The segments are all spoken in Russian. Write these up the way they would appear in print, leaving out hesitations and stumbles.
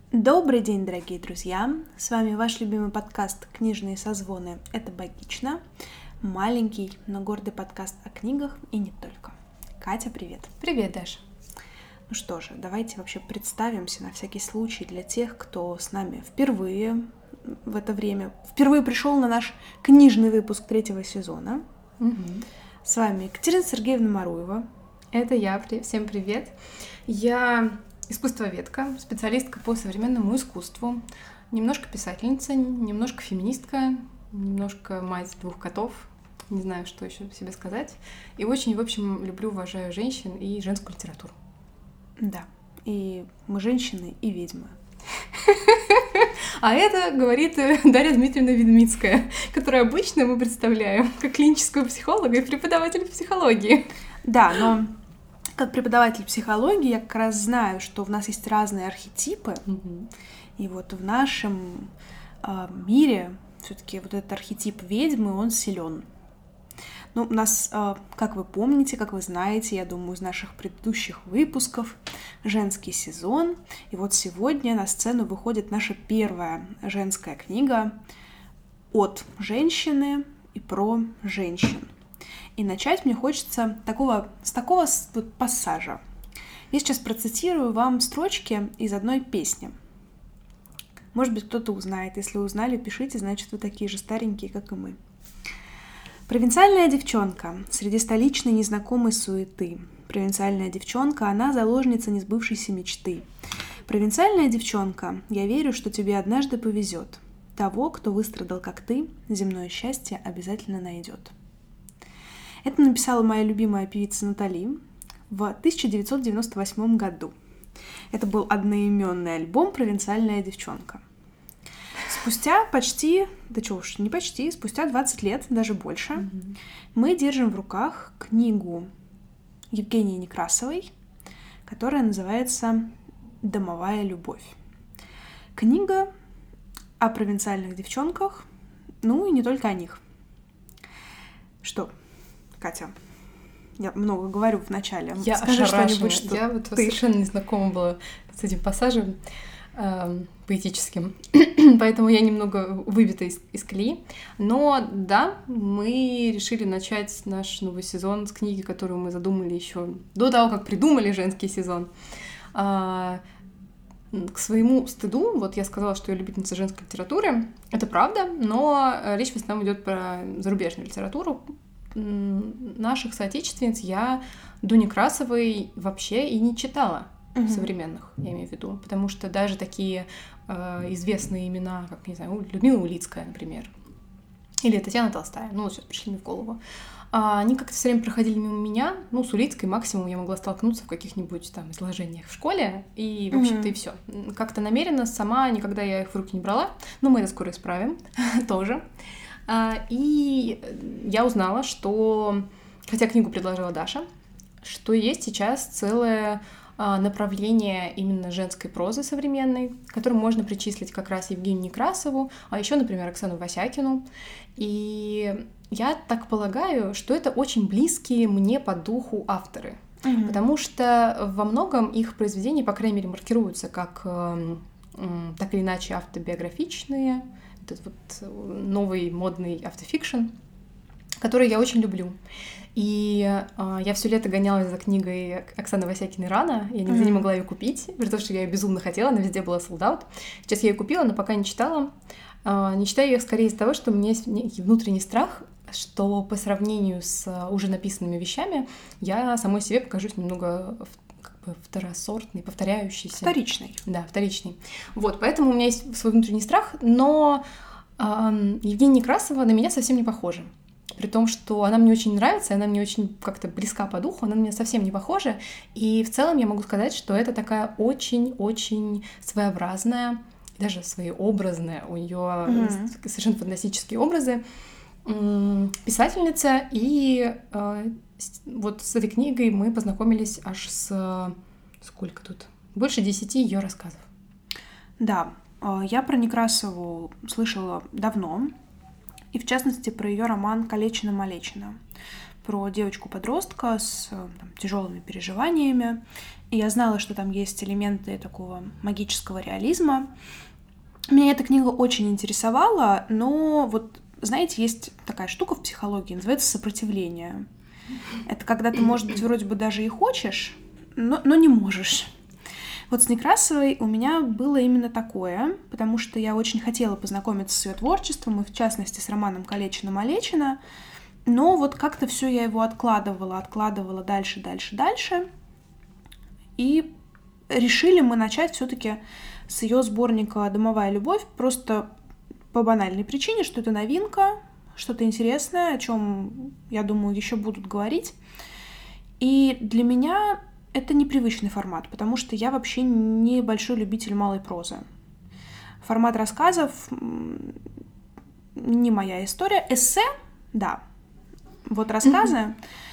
Добрый день, дорогие друзья! С вами ваш любимый подкаст «Книжные созвоны. Это богично». Маленький, но гордый подкаст о книгах и не только. Катя, привет! Привет, Даша! Ну что же, давайте вообще представимся на всякий случай для тех, кто с нами впервые в это время, впервые пришел на наш книжный выпуск 3-го сезона. С вами Екатерина Сергеевна Маруева. Это я. Всем привет! Я искусствоведка, специалистка по современному искусству, немножко писательница, немножко феминистка, немножко мать 2 котов, не знаю, что еще себе сказать. И очень, в общем, люблю, уважаю женщин и женскую литературу. Да, и мы женщины и ведьмы. А это говорит Дарья Дмитриевна Ведмицкая, которую обычно мы представляем как клинического психолога и преподавателя психологии. Да, но как преподаватель психологии я как раз знаю, что в нас есть разные архетипы, и вот в нашем мире все-таки вот этот архетип ведьмы, он силен. Ну, у нас, как вы помните, как вы знаете, я думаю, из наших предыдущих выпусков, женский сезон. И вот сегодня на сцену выходит наша первая женская книга от женщины и про женщин. И начать мне хочется с такого пассажа. Я сейчас процитирую вам строчки из одной песни. Может быть, кто-то узнает. Если узнали, пишите, значит, вы такие же старенькие, как и мы. Провинциальная девчонка среди столичной незнакомой суеты. Провинциальная девчонка, она заложница несбывшейся мечты. Провинциальная девчонка, я верю, что тебе однажды повезет. Того, кто выстрадал, как ты, земное счастье обязательно найдет. Это написала моя любимая певица Натали в 1998 году. Это был одноименный альбом «Провинциальная девчонка». Спустя спустя 20 лет, даже больше, мы держим в руках книгу Евгении Некрасовой, которая называется «Домовая любовь». Книга о провинциальных девчонках, ну и не только о них. Что, Катя, я много говорю в начале. Я Скажи что-нибудь, что я вот совершенно не знакома была с этим пассажем поэтическим, поэтому я немного выбита из колеи. Но да, мы решили начать наш новый сезон с книги, которую мы задумали еще до того, как придумали женский сезон. К своему стыду, вот я сказала, что я любительница женской литературы, это правда, но речь в основном идет про зарубежную литературу. Наших соотечественниц я до Некрасовой вообще и не читала. Современных, я имею в виду, потому что даже такие известные имена, как, не знаю, Людмила Улицкая, например, или Татьяна Толстая, ну, вот сейчас пришли мне в голову, они как-то все время проходили мимо меня, ну, с Улицкой максимум я могла столкнуться в каких-нибудь там изложениях в школе, и, в общем-то, и все. Как-то намеренно сама никогда я их в руки не брала, но мы это скоро исправим тоже. И я узнала, что, хотя книгу предложила Даша, что есть сейчас целое направление именно женской прозы современной, которую можно причислить как раз Евгению Некрасову, а еще, например, Оксану Васякину. И я так полагаю, что это очень близкие мне по духу авторы, потому что во многом их произведения, по крайней мере, маркируются как так или иначе автобиографичные, этот вот новый модный автофикшн, который я очень люблю. И я все лето гонялась за книгой Оксаны Васякиной «Рано», я нигде не могла ее купить, при том, что я ее безумно хотела, она везде была sold out. Сейчас я ее купила, но пока не читала. Не читаю ее скорее из-за того, что у меня есть некий внутренний страх, что по сравнению с уже написанными вещами я самой себе покажусь немного второсортный, повторяющийся. Вторичный. Да, вторичный. Вот, поэтому у меня есть свой внутренний страх, но Евгения Некрасова на меня совсем не похожа. При том, что она мне очень нравится, она мне очень как-то близка по духу, она на меня совсем не похожа. И в целом я могу сказать, что это такая очень-очень своеобразная, даже своеобразная, у нее совершенно фантастические образы, писательница. И вот с этой книгой мы познакомились аж с... Сколько тут? Больше 10 ее рассказов. Да, я про Некрасову слышала давно. И в частности про ее роман «Калечина-малечина». про девочку-подростка с тяжелыми переживаниями. И я знала, что там есть элементы такого магического реализма. Меня эта книга очень интересовала, но вот, знаете, есть такая штука в психологии, называется сопротивление. Это когда ты, может быть, вроде бы даже и хочешь, но не можешь. Вот с Некрасовой у меня было именно такое, потому что я очень хотела познакомиться с ее творчеством, и в частности с романом «Калечина-малечина», но вот как-то все я его откладывала дальше. И решили мы начать все-таки с ее сборника «Домовая любовь», просто по банальной причине, что это новинка, что-то интересное, о чем, я думаю, еще будут говорить. И для меня это непривычный формат, потому что я вообще не большой любитель малой прозы. Формат рассказов не моя история. Эссе, да. Вот рассказы.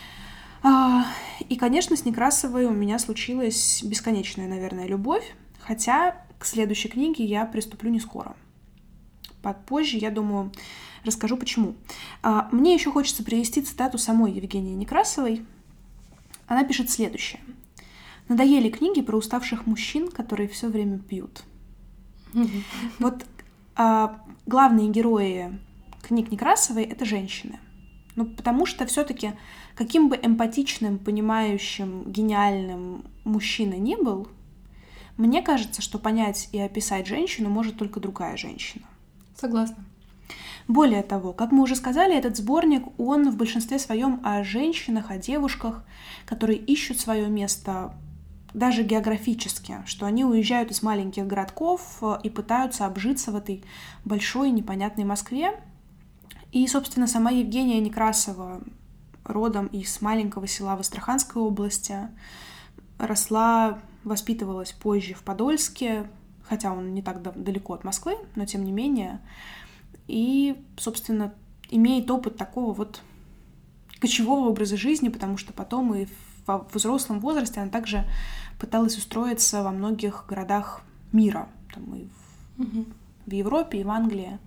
И, конечно, с Некрасовой у меня случилась бесконечная, наверное, любовь, хотя к следующей книге я приступлю не скоро. Попозже, я думаю, расскажу, почему. Мне еще хочется привести цитату самой Евгении Некрасовой. Она пишет следующее. «Надоели книги про уставших мужчин, которые все время пьют». Вот главные герои книг Некрасовой — это женщины. Ну, потому что все-таки каким бы эмпатичным, понимающим, гениальным мужчина ни был, мне кажется, что понять и описать женщину может только другая женщина. Согласна. Более того, как мы уже сказали, этот сборник, он в большинстве своем о женщинах, о девушках, которые ищут свое место даже географически, что они уезжают из маленьких городков и пытаются обжиться в этой большой непонятной Москве. И, собственно, сама Евгения Некрасова, родом из маленького села в Астраханской области, росла, воспитывалась позже в Подольске, хотя он не так далеко от Москвы, но тем не менее. И, собственно, имеет опыт такого вот кочевого образа жизни, потому что потом и в взрослом возрасте она также пыталась устроиться во многих городах мира, там и в Европе, и в Англии.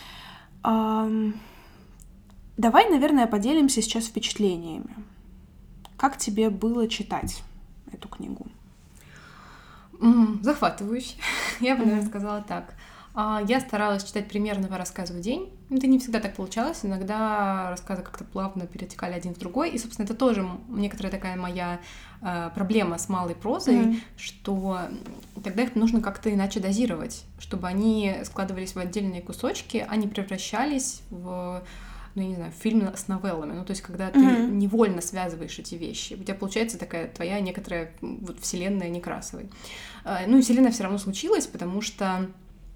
Давай, наверное, поделимся сейчас впечатлениями. Как тебе было читать эту книгу? Захватывающе. Я бы, наверное, сказала так. Я старалась читать примерно по рассказу в день. Это не всегда так получалось. Иногда рассказы как-то плавно перетекали один в другой. И, собственно, это тоже некоторая такая моя проблема с малой прозой, что тогда их нужно как-то иначе дозировать, чтобы они складывались в отдельные кусочки, а не превращались в, я не знаю, фильм с новеллами. Ну, то есть, когда ты невольно связываешь эти вещи. У тебя получается такая твоя некоторая вот вселенная Некрасовой. Ну, и вселенная все равно случилась, потому что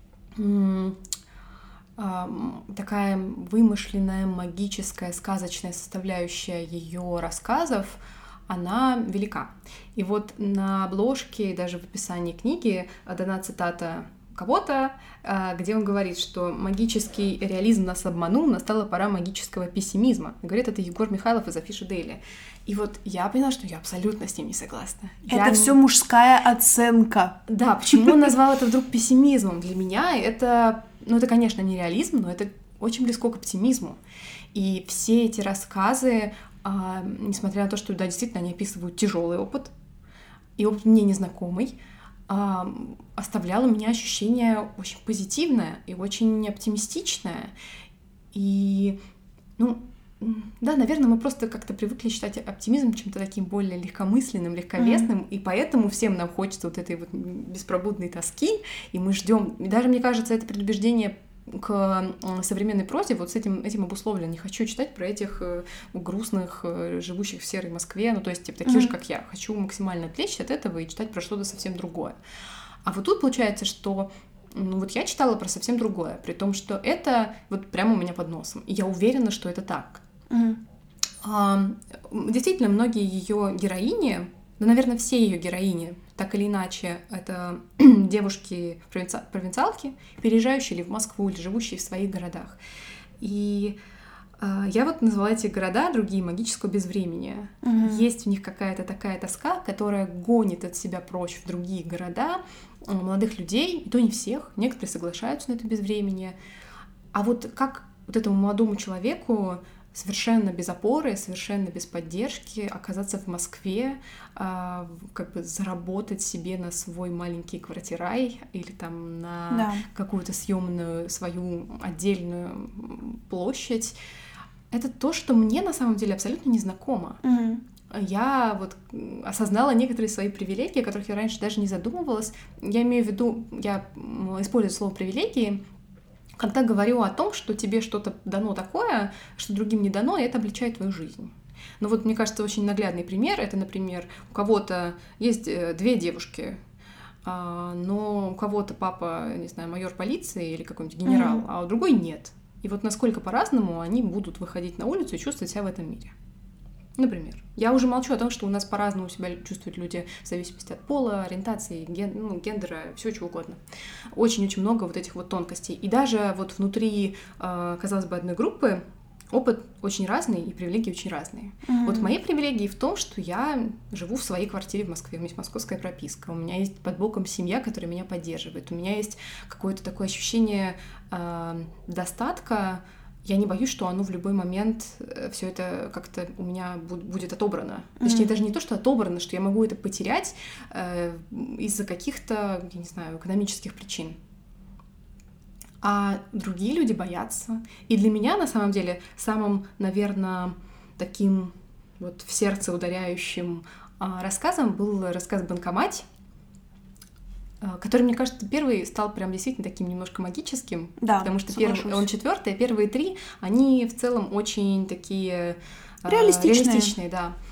такая вымышленная, магическая, сказочная составляющая ее рассказов, она велика. И вот на обложке, даже в описании книги дана цитата кого-то, где он говорит, что магический реализм нас обманул, настала пора магического пессимизма. Говорит это Егор Михайлов из Афиши Дейли. И вот я поняла, что я абсолютно с ним не согласна. Это все мужская оценка. Да, почему он назвал это вдруг пессимизмом? Для меня это, это, конечно, не реализм, но это очень близко к оптимизму. И все эти рассказы, несмотря на то, что, да, действительно, они описывают тяжелый опыт, и опыт мне незнакомый, оставляло у меня ощущение очень позитивное и очень оптимистичное. И, да, наверное, мы просто как-то привыкли считать оптимизм чем-то таким более легкомысленным, легковесным, и поэтому всем нам хочется вот этой вот беспробудной тоски, и мы ждем. И даже, мне кажется, это предубеждение к современной прозе вот с этим обусловлено. Не хочу читать про этих грустных, живущих в серой Москве, то есть типа таких же, как я. Хочу максимально отвлечься от этого и читать про что-то совсем другое. А вот тут получается, что вот я читала про совсем другое, при том, что это вот прямо у меня под носом. И я уверена, что это так. Действительно, многие ее героини, наверное, все ее героини, так или иначе, это девушки-провинциалки, переезжающие или в Москву, или живущие в своих городах. И я вот назвала эти города другие магического безвременья. Есть в них какая-то такая тоска, которая гонит от себя прочь в другие города молодых людей, и то не всех, некоторые соглашаются на это безвременье. А вот как вот этому молодому человеку совершенно без опоры, совершенно без поддержки оказаться в Москве, как бы заработать себе на свой маленький квартирай или там на какую-то съемную свою отдельную площадь. Это то, что мне на самом деле абсолютно незнакомо. Я вот осознала некоторые свои привилегии, о которых я раньше даже не задумывалась. Я имею в виду, я использую слово «привилегии», когда говорю о том, что тебе что-то дано такое, что другим не дано, и это облегчает твою жизнь. Но вот, мне кажется, очень наглядный пример — это, например, у кого-то есть 2 девушки, но у кого-то папа, не знаю, майор полиции или какой-нибудь генерал, а у другой нет. И вот насколько по-разному они будут выходить на улицу и чувствовать себя в этом мире. Например. Я уже молчу о том, что у нас по-разному себя чувствуют люди в зависимости от пола, ориентации, гендера, всего чего угодно. Очень-очень много вот этих вот тонкостей. И даже вот внутри, казалось бы, одной группы опыт очень разный и привилегии очень разные. Вот мои привилегии в том, что я живу в своей квартире в Москве, у меня есть московская прописка, у меня есть под боком семья, которая меня поддерживает, у меня есть какое-то такое ощущение достатка. Я не боюсь, что оно в любой момент все это как-то у меня будет отобрано. Точнее, даже не то, что отобрано, что я могу это потерять из-за каких-то, я не знаю, экономических причин. А другие люди боятся. И для меня, на самом деле, самым, наверное, таким вот в сердце ударяющим рассказом был рассказ «Банкомат», который, мне кажется, первый стал прям действительно таким немножко магическим, да, потому что он 4-й, а первые 3, они в целом очень такие реалистичные,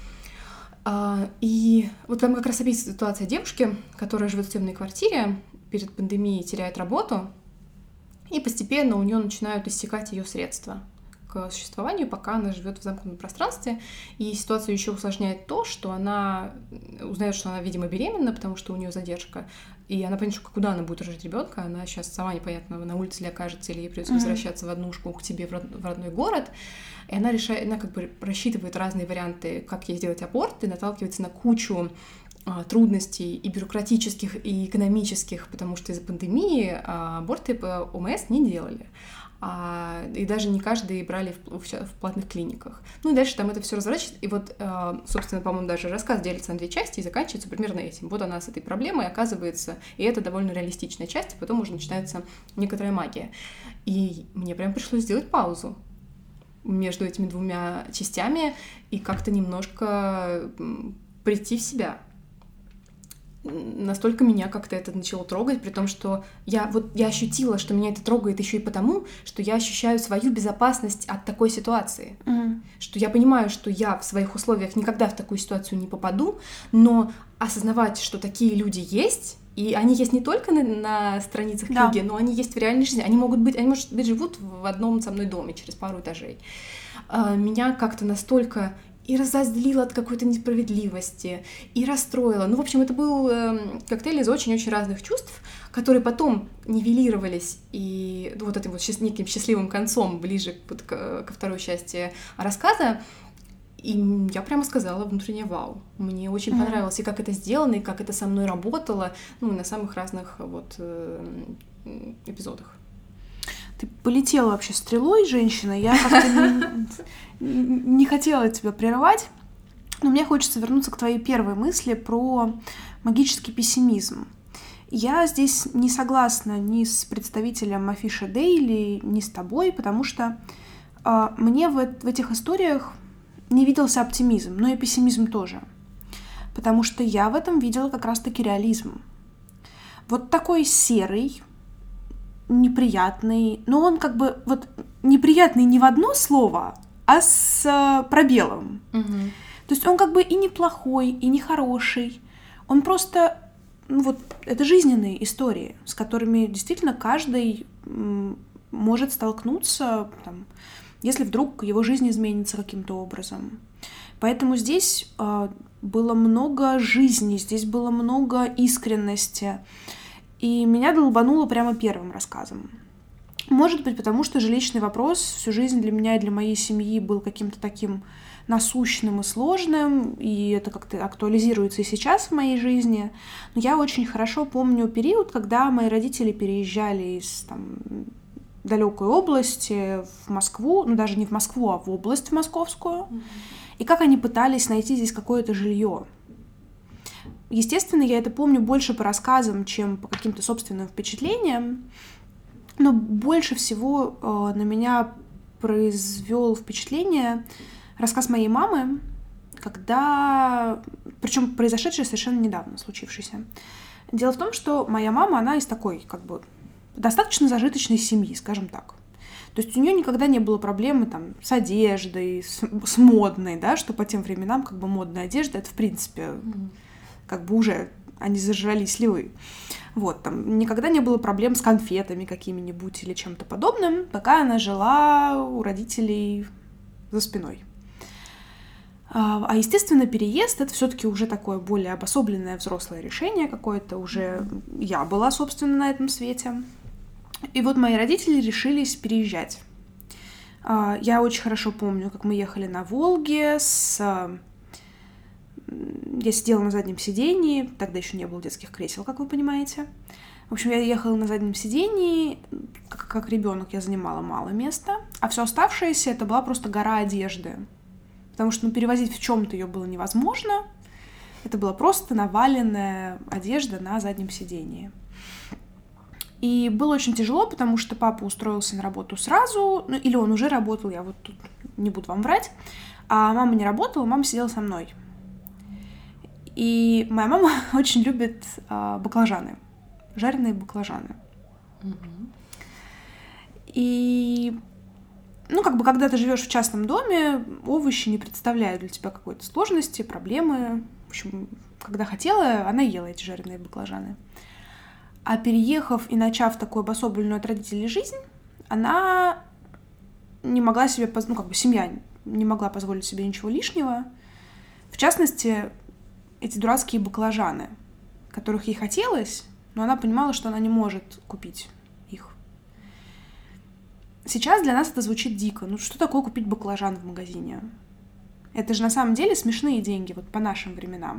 да. И вот там как раз описывается ситуация девушки, которая живет в съемной квартире, перед пандемией теряет работу, и постепенно у нее начинают иссякать ее средства к существованию, пока она живет в замкнутом пространстве. И ситуацию еще усложняет то, что она узнает, что она, видимо, беременна, потому что у нее задержка. И она понимает, что куда она будет рожать ребенка. Она сейчас сама непонятно, на улице ли окажется, или ей придется возвращаться в однушку к тебе в родной город. И она как бы рассчитывает разные варианты, как ей сделать аборт, и наталкивается на кучу трудностей и бюрократических, и экономических, потому что из-за пандемии аборты по ОМС не делали. И даже не каждый брали в платных клиниках. Ну и дальше там это все разворачивается. И вот, собственно, по-моему, даже рассказ делится на 2 части и заканчивается примерно этим. Вот она с этой проблемой оказывается, и это довольно реалистичная часть, и потом уже начинается некоторая магия. И мне прям пришлось сделать паузу между этими 2 частями и как-то немножко прийти в себя. Настолько меня как-то это начало трогать, при том, что я ощутила, что меня это трогает еще и потому, что я ощущаю свою безопасность от такой ситуации. Что я понимаю, что я в своих условиях никогда в такую ситуацию не попаду, но осознавать, что такие люди есть, и они есть не только на страницах книги, но они есть в реальной жизни. Они, может быть, живут в одном со мной доме через пару этажей. Меня как-то настолько и разозлила от какой-то несправедливости, и расстроила. Ну, в общем, это был коктейль из очень-очень разных чувств, которые потом нивелировались, и вот этим вот неким счастливым концом ближе ко второй части рассказа. И я прямо сказала внутренне вау. Мне очень понравилось, и как это сделано, и как это со мной работало, на самых разных вот эпизодах. Ты полетела вообще стрелой, женщина. Я как-то не хотела тебя прерывать, но мне хочется вернуться к твоей первой мысли про магический пессимизм. Я здесь не согласна ни с представителем Афиша Дейли, ни с тобой, потому что мне в этих историях не виделся оптимизм, но и пессимизм тоже. Потому что я в этом видела как раз-таки реализм. Вот такой серый, неприятный, но он как бы вот неприятный не в одно слово, а с пробелом. То есть он как бы и не плохой, и не хороший. Он просто, это жизненные истории, с которыми действительно каждый может столкнуться, если вдруг его жизнь изменится каким-то образом. Поэтому здесь было много жизни, здесь было много искренности. И меня долбануло прямо первым рассказом. Может быть, потому что жилищный вопрос всю жизнь для меня и для моей семьи был каким-то таким насущным и сложным, и это как-то актуализируется и сейчас в моей жизни. Но я очень хорошо помню период, когда мои родители переезжали из далекой области в Москву, ну даже не в Москву, а в область московскую, и как они пытались найти здесь какое-то жилье. Естественно, я это помню больше по рассказам, чем по каким-то собственным впечатлениям, но больше всего на меня произвел впечатление рассказ моей мамы, причем произошедший совершенно недавно, случившийся. Дело в том, что моя мама, она из такой, как бы, достаточно зажиточной семьи, скажем так. То есть у нее никогда не было проблемы там с одеждой, с модной, да, что по тем временам как бы модная одежда, это в принципе как бы уже они зажрались ливы. Вот, там никогда не было проблем с конфетами какими-нибудь или чем-то подобным, пока она жила у родителей за спиной. А естественно, переезд — это все-таки уже такое более обособленное взрослое решение какое-то, уже я была, собственно, на этом свете. И вот мои родители решились переезжать. Я очень хорошо помню, как мы ехали на Волге Я сидела на заднем сидении, тогда еще не было детских кресел, как вы понимаете. В общем, я ехала на заднем сидении, как ребенок я занимала мало места, а все оставшееся это была просто гора одежды. Потому что перевозить в чем-то ее было невозможно. Это была просто наваленная одежда на заднем сидении. И было очень тяжело, потому что папа устроился на работу сразу, ну или он уже работал, я вот тут не буду вам врать, а мама не работала, мама сидела со мной. И моя мама очень любит баклажаны, жареные баклажаны. И, ну, как бы, когда ты живешь в частном доме, овощи не представляют для тебя какой-то сложности, проблемы. В общем, когда хотела, она ела эти жареные баклажаны. А переехав и начав такую обособленную от родителей жизнь, она не могла себе, ну, как бы, семья не могла позволить себе ничего лишнего. В частности, эти дурацкие баклажаны, которых ей хотелось, но она понимала, что она не может купить их. Сейчас для нас это звучит дико. Ну что такое купить баклажан в магазине? Это же на самом деле смешные деньги, вот по нашим временам.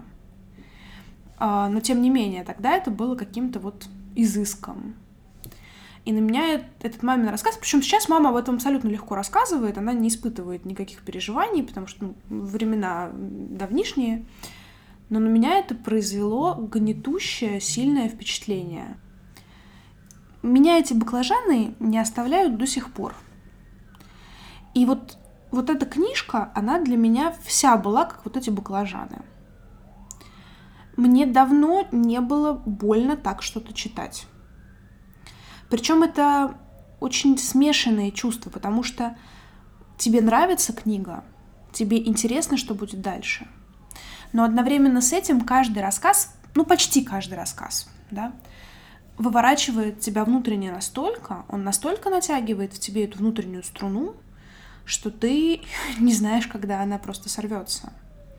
Но тем не менее, тогда это было каким-то вот изыском. И на меня этот мамин рассказ, причем сейчас мама об этом абсолютно легко рассказывает, она не испытывает никаких переживаний, потому что времена давнишние. Но на меня это произвело гнетущее, сильное впечатление. Меня эти баклажаны не оставляют до сих пор. И вот эта книжка, она для меня вся была как вот эти баклажаны. Мне давно не было больно так что-то читать. Причем это очень смешанные чувства, потому что тебе нравится книга, тебе интересно, что будет дальше. Но одновременно с этим каждый рассказ, ну почти каждый рассказ, да, выворачивает тебя внутренне настолько, он настолько натягивает в тебе эту внутреннюю струну, что ты не знаешь, когда она просто сорвется.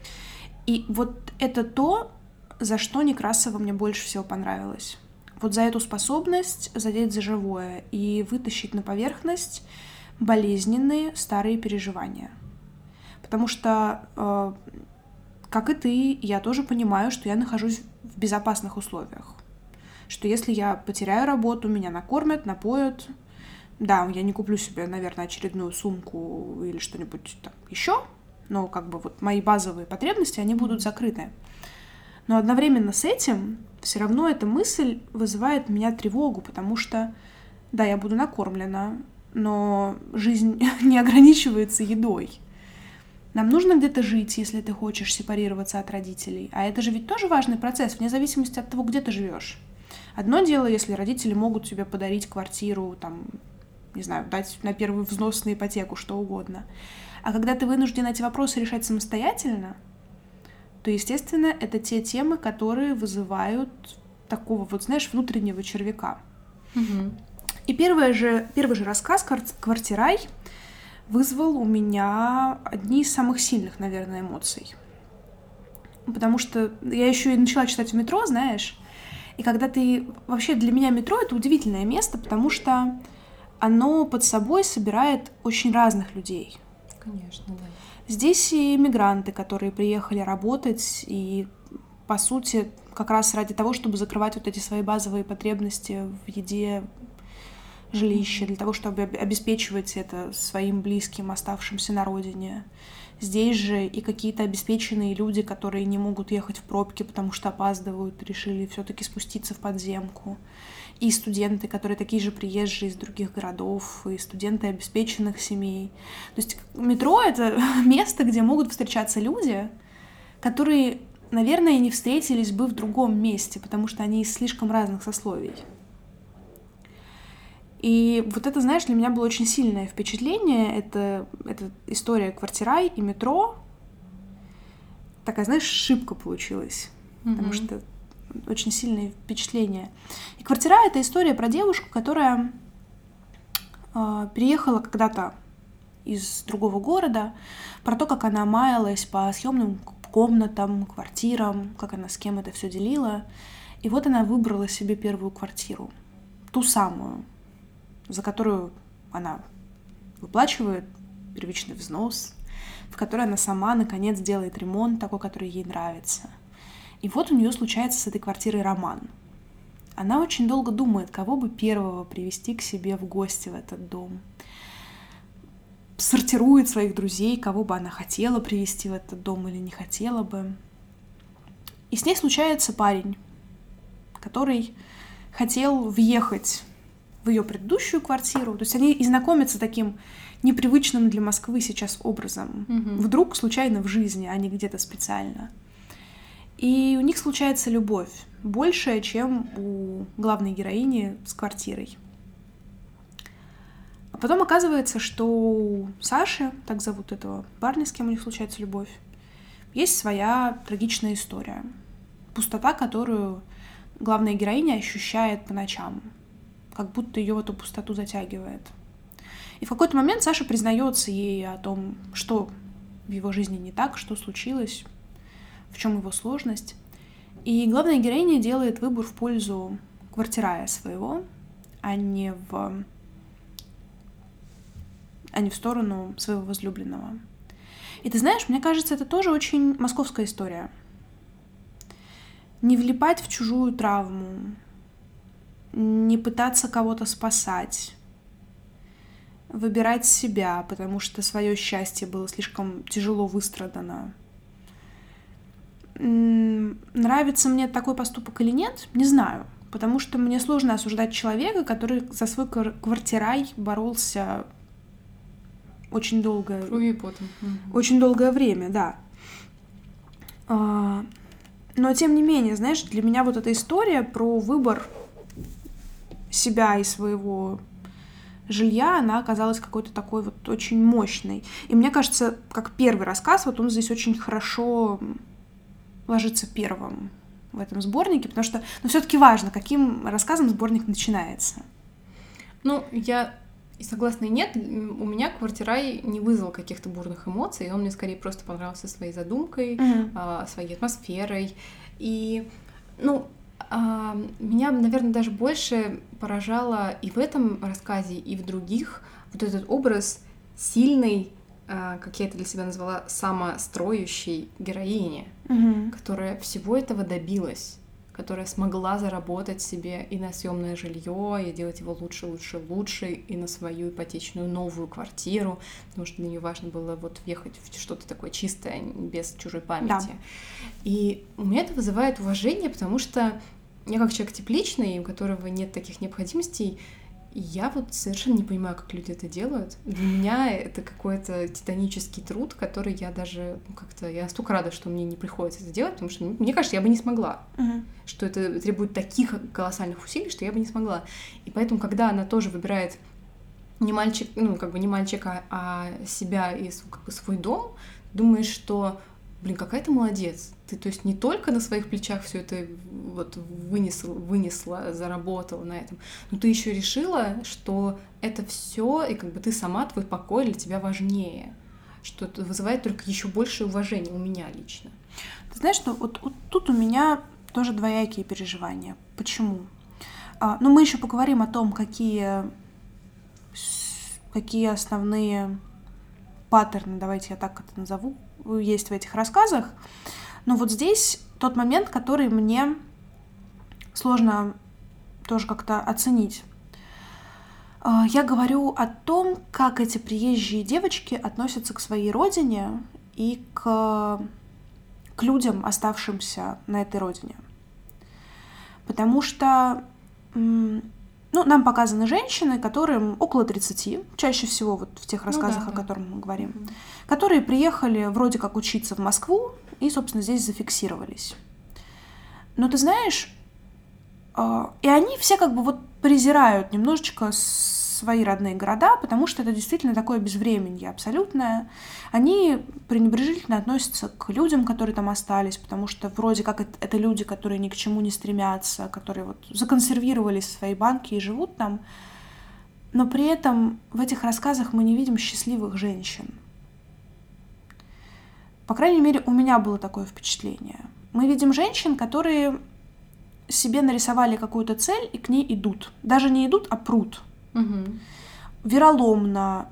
И вот это то, за что Некрасова мне больше всего понравилось. Вот за эту способность задеть за живое и вытащить на поверхность болезненные старые переживания. Потому что, как и ты, я тоже понимаю, что я нахожусь в безопасных условиях. Что если я потеряю работу, меня накормят, напоят. Да, я не куплю себе, наверное, очередную сумку или что-нибудь там еще, но как бы вот мои базовые потребности, они будут закрыты. Но одновременно с этим все равно эта мысль вызывает у меня тревогу, потому что, да, я буду накормлена, но жизнь не ограничивается едой. Нам нужно где-то жить, если ты хочешь сепарироваться от родителей. А это же ведь тоже важный процесс, вне зависимости от того, где ты живешь. Одно дело, если родители могут тебе подарить квартиру, там, не знаю, дать на первый взнос на ипотеку, что угодно. А когда ты вынужден эти вопросы решать самостоятельно, то, естественно, это те темы, которые вызывают такого вот, знаешь, внутреннего червяка. Угу. И первый же рассказ «Квартирай» вызвал у меня одни из самых сильных, наверное, эмоций. Потому что я еще и начала читать в метро, знаешь, и когда ты... Вообще для меня метро — это удивительное место, потому что оно под собой собирает очень разных людей. Конечно, да. Здесь и мигранты, которые приехали работать, и, по сути, как раз ради того, чтобы закрывать вот эти свои базовые потребности в еде, жилище, для того, чтобы обеспечивать это своим близким, оставшимся на родине. Здесь же и какие-то обеспеченные люди, которые не могут ехать в пробки, потому что опаздывают, решили все-таки спуститься в подземку. И студенты, которые такие же приезжие из других городов, и студенты обеспеченных семей. То есть метро — это место, где могут встречаться люди, которые, наверное, не встретились бы в другом месте, потому что они из слишком разных сословий. И вот это, знаешь, для меня было очень сильное впечатление. Это история «Квартирай» и метро. Такая, знаешь, шибко получилась, потому что очень сильное впечатление. И «Квартирай» — это история про девушку, которая переехала когда-то из другого города, про то, как она маялась по съемным комнатам, квартирам, как она с кем это все делила. И вот она выбрала себе первую квартиру, ту самую, за которую она выплачивает первичный взнос, в которой она сама, наконец, делает ремонт такой, который ей нравится. И вот у нее случается с этой квартирой роман. Она очень долго думает, кого бы первого привести к себе в гости в этот дом. Сортирует своих друзей, кого бы она хотела привести в этот дом или не хотела бы. И с ней случается парень, который хотел въехать в ее предыдущую квартиру. То есть они и знакомятся таким непривычным для Москвы сейчас образом. Вдруг случайно в жизни, а не где-то специально. И у них случается любовь, большая, чем у главной героини с квартирой. А потом оказывается, что у Саши, так зовут этого парня, с кем у них случается любовь, есть своя трагичная история. Пустота, которую главная героиня ощущает по ночам, как будто ее в эту пустоту затягивает. И в какой-то момент Саша признается ей о том, что в его жизни не так, что случилось, в чем его сложность. И главная героиня делает выбор в пользу квартирая своего, а не в сторону своего возлюбленного. И ты знаешь, мне кажется, это тоже очень московская история. Не влипать в чужую травму, не пытаться кого-то спасать, выбирать себя, потому что свое счастье было слишком тяжело выстрадано. Нравится мне такой поступок или нет, не знаю, потому что мне сложно осуждать человека, который за свой квартирай боролся очень долго. Кровью и потом. Очень долгое время, да. Но тем не менее, знаешь, для меня вот эта история про выбор себя и своего жилья, она оказалась какой-то такой вот очень мощной. И мне кажется, как первый рассказ, вот он здесь очень хорошо ложится первым в этом сборнике, потому что, все-таки важно, каким рассказом сборник начинается. Я и согласна, и нет. У меня «Квартирай» не вызвал каких-то бурных эмоций, он мне скорее просто понравился своей задумкой, своей атмосферой. И, меня, наверное, даже больше поражало и в этом рассказе, и в других вот этот образ сильной, как я это для себя назвала, самостроящей героини, которая всего этого добилась, которая смогла заработать себе и на съемное жилье, и делать его лучше, и на свою ипотечную новую квартиру, потому что для нее важно было вот въехать в что-то такое чистое, без чужой памяти. Да. И у меня это вызывает уважение, потому что я как человек тепличный, у которого нет таких необходимостей, я вот совершенно не понимаю, как люди это делают. Для меня это какой-то титанический труд, который я даже я настолько рада, что мне не приходится это делать, потому что, мне кажется, я бы не смогла. Что это требует таких колоссальных усилий, что я бы не смогла. И поэтому, когда она тоже выбирает не мальчика, а себя и свой дом, думаешь, что, какая ты молодец. Ты, то есть, не только на своих плечах все это вот вынесла, заработала на этом, но ты еще решила, что это все, и ты сама, твой покой для тебя важнее, что это вызывает только еще больше уважения у меня лично. Ты знаешь, что вот тут у меня тоже двоякие переживания. Почему? Мы еще поговорим о том, какие основные паттерны, давайте я так это назову, есть в этих рассказах. Но вот здесь тот момент, который мне сложно тоже как-то оценить. Я говорю о том, как эти приезжие девочки относятся к своей родине и к людям, оставшимся на этой родине. Потому что нам показаны женщины, которым около 30, чаще всего вот в тех рассказах, о которых мы говорим, которые приехали вроде как учиться в Москву и, собственно, здесь зафиксировались. Но ты знаешь, и они все как бы вот презирают немножечко свои родные города, потому что это действительно такое безвременье абсолютное. Они пренебрежительно относятся к людям, которые там остались, потому что вроде как это люди, которые ни к чему не стремятся, которые вот законсервировались в своей банке и живут там. Но при этом в этих рассказах мы не видим счастливых женщин. По крайней мере, у меня было такое впечатление. Мы видим женщин, которые себе нарисовали какую-то цель и к ней идут. Даже не идут, а прут. Вероломно,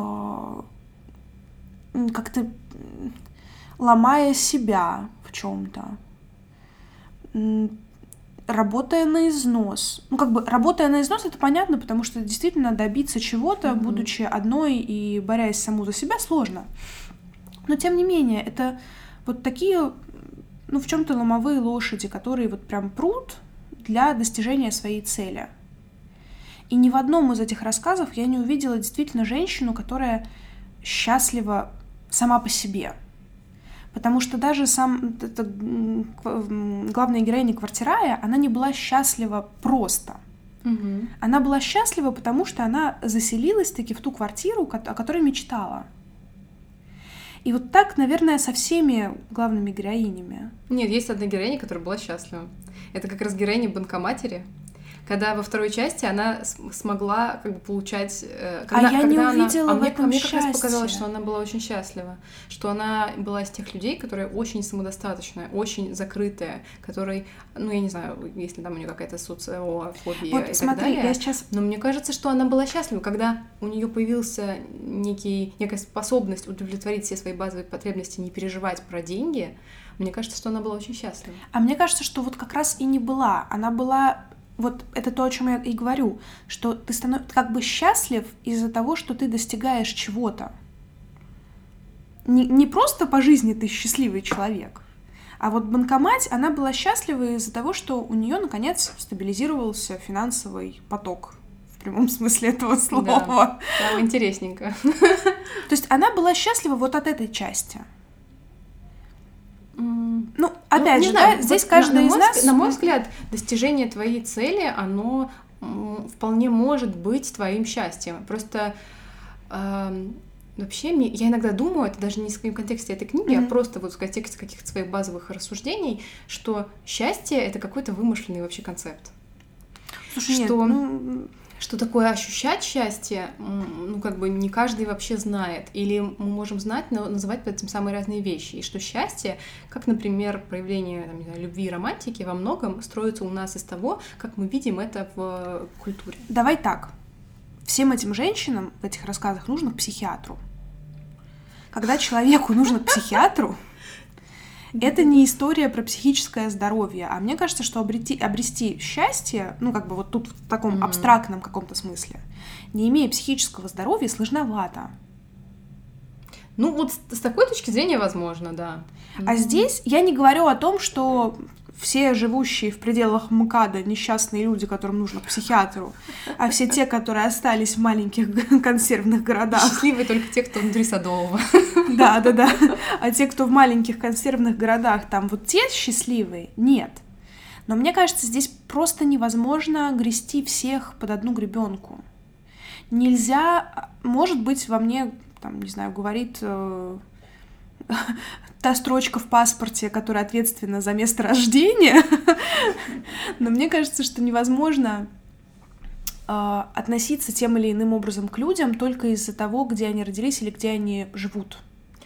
как-то ломая себя в чем-то, работая на износ. Работая на износ, это понятно, потому что действительно добиться чего-то, будучи одной и борясь саму за себя, сложно. Но тем не менее, это вот такие, в чем-то ломовые лошади, которые вот прям прут для достижения своей цели. И ни в одном из этих рассказов я не увидела действительно женщину, которая счастлива сама по себе. Потому что даже главная героиня Квартирая, она не была счастлива просто. Она была счастлива, потому что она заселилась таки в ту квартиру, о которой мечтала. И вот так, наверное, со всеми главными героинями. Нет, есть одна героиня, которая была счастлива. Это как раз героиня Банкоматери. Когда во второй части она смогла как бы получать... я не увидела в этом мне счастья. как раз показалось, что она была очень счастлива. Что она была из тех людей, которые очень самодостаточная, очень закрытая, которой, я не знаю, если там у нее какая-то социофобия вот, и смотри, так далее. Я сейчас... Но мне кажется, что она была счастлива, когда у нее появился некая способность удовлетворить все свои базовые потребности, не переживать про деньги. Мне кажется, что она была очень счастлива. А мне кажется, что вот как раз и не была. Она была... Вот это то, о чем я и говорю, что ты как бы счастлив из-за того, что ты достигаешь чего-то. Не просто по жизни ты счастливый человек, а вот Банкомать, она была счастлива из-за того, что у нее наконец стабилизировался финансовый поток. В прямом смысле этого слова. Да, там интересненько. То есть она была счастлива вот от этой части. Опять же, знаю, здесь каждый из нас... На мой взгляд, достижение твоей цели, оно вполне может быть твоим счастьем. Просто вообще я иногда думаю, это даже не в контексте этой книги, а просто вот в контексте каких-то своих базовых рассуждений, что счастье — это какой-то вымышленный вообще концепт. Слушай, Что такое ощущать счастье, не каждый вообще знает. Или мы можем знать, но называть под этим самые разные вещи. И что счастье, как, например, проявление любви и романтики, во многом строится у нас из того, как мы видим это в культуре. Давай так. Всем этим женщинам в этих рассказах нужно к психиатру. Когда человеку нужно к психиатру, это не история про психическое здоровье, а мне кажется, что обрести счастье, вот тут в таком абстрактном каком-то смысле, не имея психического здоровья, сложновато. С такой точки зрения возможно, да. А здесь я не говорю о том, что все живущие в пределах МКАДа несчастные люди, которым нужно к психиатру, а все те, которые остались в маленьких консервных городах. Счастливы только те, кто внутри Садового. Да. А те, кто в маленьких консервных городах, там вот те счастливые, нет. Но мне кажется, здесь просто невозможно грести всех под одну гребенку. Нельзя, может быть, во мне, говорит та строчка в паспорте, которая ответственна за место рождения, но мне кажется, что невозможно относиться тем или иным образом к людям только из-за того, где они родились или где они живут.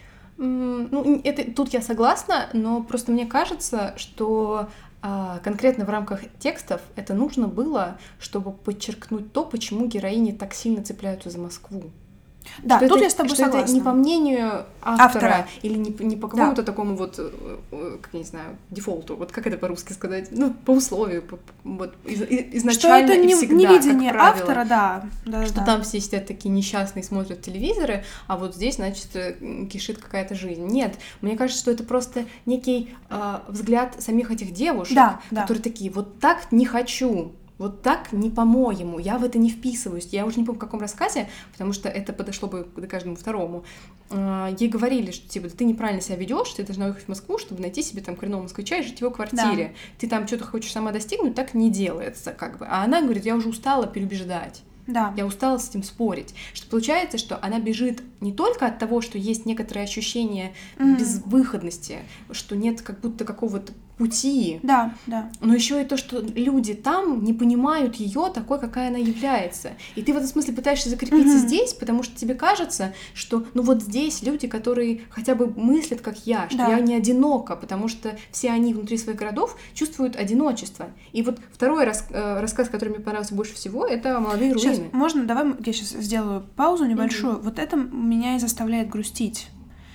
Тут я согласна, но просто мне кажется, что конкретно в рамках текстов это нужно было, чтобы подчеркнуть то, почему героини так сильно цепляются за Москву. Да, тут я с тобой согласна. Это не по мнению автора. Или не по какому-то такому вот, как я не знаю, дефолту. Вот как это по-русски сказать? Ну, по условию. Вот, изначально что это и всегда, не видение автора, да. Что там все сидят такие несчастные, смотрят телевизоры, а вот здесь, значит, кишит какая-то жизнь. Нет, мне кажется, что это просто некий взгляд самих этих девушек, которые такие, вот так не хочу. Вот так не по-моему, я в это не вписываюсь. Я уже не помню, в каком рассказе, потому что это подошло бы к каждому второму. Ей говорили, что типа, да ты неправильно себя ведешь, ты должна уехать в Москву, чтобы найти себе там коренного москвича и жить в его квартире. Да. Ты там что-то хочешь сама достигнуть, так не делается, как бы. А она говорит, я уже устала переубеждать. Да. Я устала с этим спорить. Что получается, что она бежит не только от того, что есть некоторое ощущение безвыходности, что нет как будто какого-то пути, да. но еще и то, что люди там не понимают ее такой, какая она является. И ты в этом смысле пытаешься закрепиться здесь, потому что тебе кажется, что ну вот здесь люди, которые хотя бы мыслят, как я, что я не одинока, потому что все они внутри своих городов чувствуют одиночество. И вот второй рассказ, который мне понравился больше всего, это «Молодые руины». Сейчас, можно, давай я сейчас сделаю паузу небольшую. Вот это меня и заставляет грустить,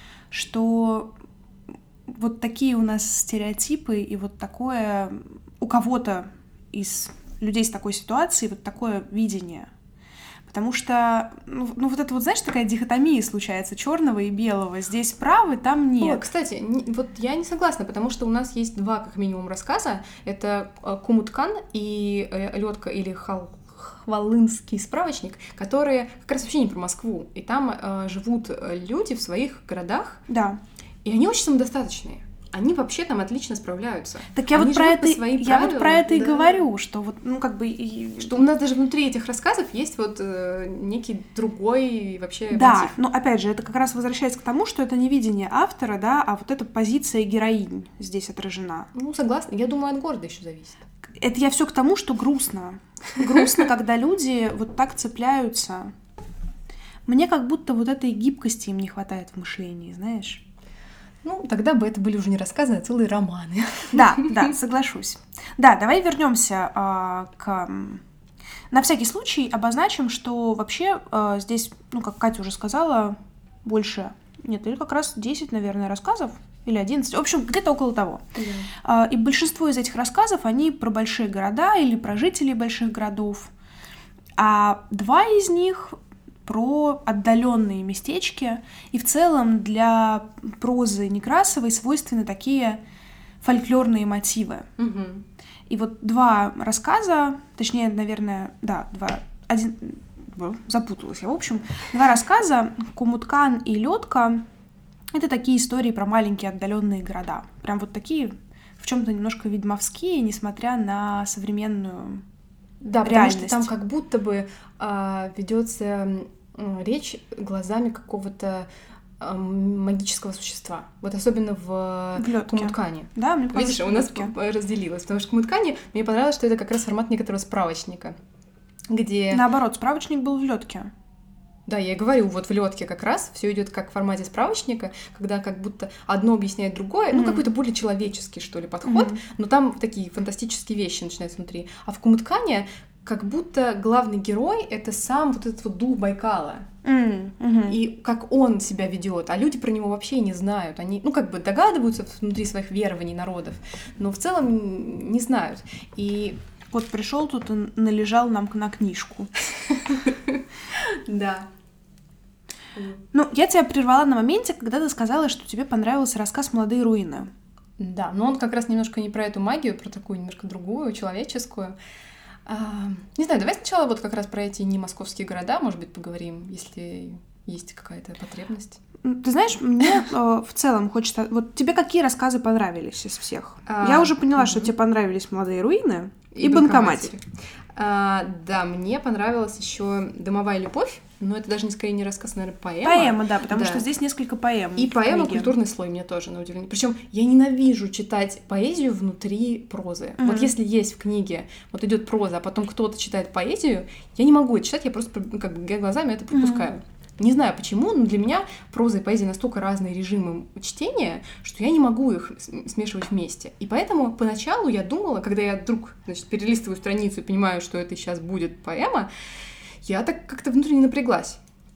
что вот такие у нас стереотипы и вот такое у кого-то из людей с такой ситуацией вот такое видение. Потому что, ну вот это вот, знаешь, такая дихотомия случается, черного и белого. Здесь правый, там нет. Кстати, вот я не согласна, потому что у нас есть два, как минимум, рассказа. Это Кумуткан и Лёдка или Хвалынский справочник, которые как раз вообще не про Москву. И там живут люди в своих городах. Да. И они очень самодостаточные. Они вообще там отлично справляются. Так я вот про это и говорю, что вот, ну, как бы... Что у нас даже внутри этих рассказов есть вот некий другой вообще да, мотив. Но опять же, это как раз возвращается к тому, что это не видение автора, да, а вот эта позиция героинь здесь отражена. Ну, согласна. Я думаю, от города еще зависит. Это я все к тому, что грустно. Грустно, когда люди вот так цепляются. Мне как будто вот этой гибкости им не хватает в мышлении, знаешь? Ну, тогда бы это были уже не рассказы, а целые романы. Да, соглашусь. Да, давай вернемся к... На всякий случай обозначим, что вообще здесь, ну, как Катя уже сказала, больше... Нет, или как раз 10, наверное, рассказов. Или 11. В общем, где-то около того. И большинство из этих рассказов, они про большие города или про жителей больших городов. А два из них про отдаленные местечки. И в целом для прозы Некрасовой свойственны такие фольклорные мотивы. Угу. И вот два рассказа, точнее, наверное, запуталась я, в общем. Два рассказа, Кумуткан и Лёдка, это такие истории про маленькие отдаленные города. Прям вот такие, в чем-то немножко ведьмовские, несмотря на современную реальность. Потому что там как будто бы ведется речь глазами какого-то магического существа. Вот особенно в Кумуткане. Да, мне видишь, у нас разделилось. Потому что в Кумуткане мне понравилось, что это как раз формат некоторого справочника. Где... Наоборот, справочник был в Лёдке. Да, я и говорю, вот в Лёдке как раз все идет как в формате справочника, когда как будто одно объясняет другое, ну, какой-то более человеческий, что ли, подход, но там такие фантастические вещи начинаются внутри. А в Кумуткане как будто главный герой — это сам вот этот вот дух Байкала. И как он себя ведет, а люди про него вообще не знают. Они, ну, как бы догадываются внутри своих верований народов, но в целом не знают. И вот пришел тут и належал нам на книжку. Да. Ну, я тебя прервала на моменте, когда ты сказала, что тебе понравился рассказ «Молодые руины». Да, но он как раз немножко не про эту магию, про такую немножко другую, человеческую. Не знаю, давай сначала вот как раз про эти немосковские города, может быть, поговорим, если есть какая-то потребность. Ты знаешь, мне в целом хочется... Вот тебе какие рассказы понравились из всех? Я уже поняла, что тебе понравились «Молодые руины» и «Банкоматери». Да, мне понравилась еще «Дымовая любовь», но это даже скорее не рассказ, наверное, поэма. Поэма, да, потому что здесь несколько поэм. И поэма «Культурный слой» мне тоже, на удивление. Причем я ненавижу читать поэзию внутри прозы. Вот если есть в книге, вот идет проза, а потом кто-то читает поэзию, я не могу это читать, я просто как бы глазами это пропускаю. Не знаю почему, но для меня проза и поэзия настолько разные режимы чтения, что я не могу их смешивать вместе. И поэтому поначалу я думала, когда я вдруг, значит, перелистываю страницу и понимаю, что это сейчас будет поэма, я так как-то внутренне напряглась.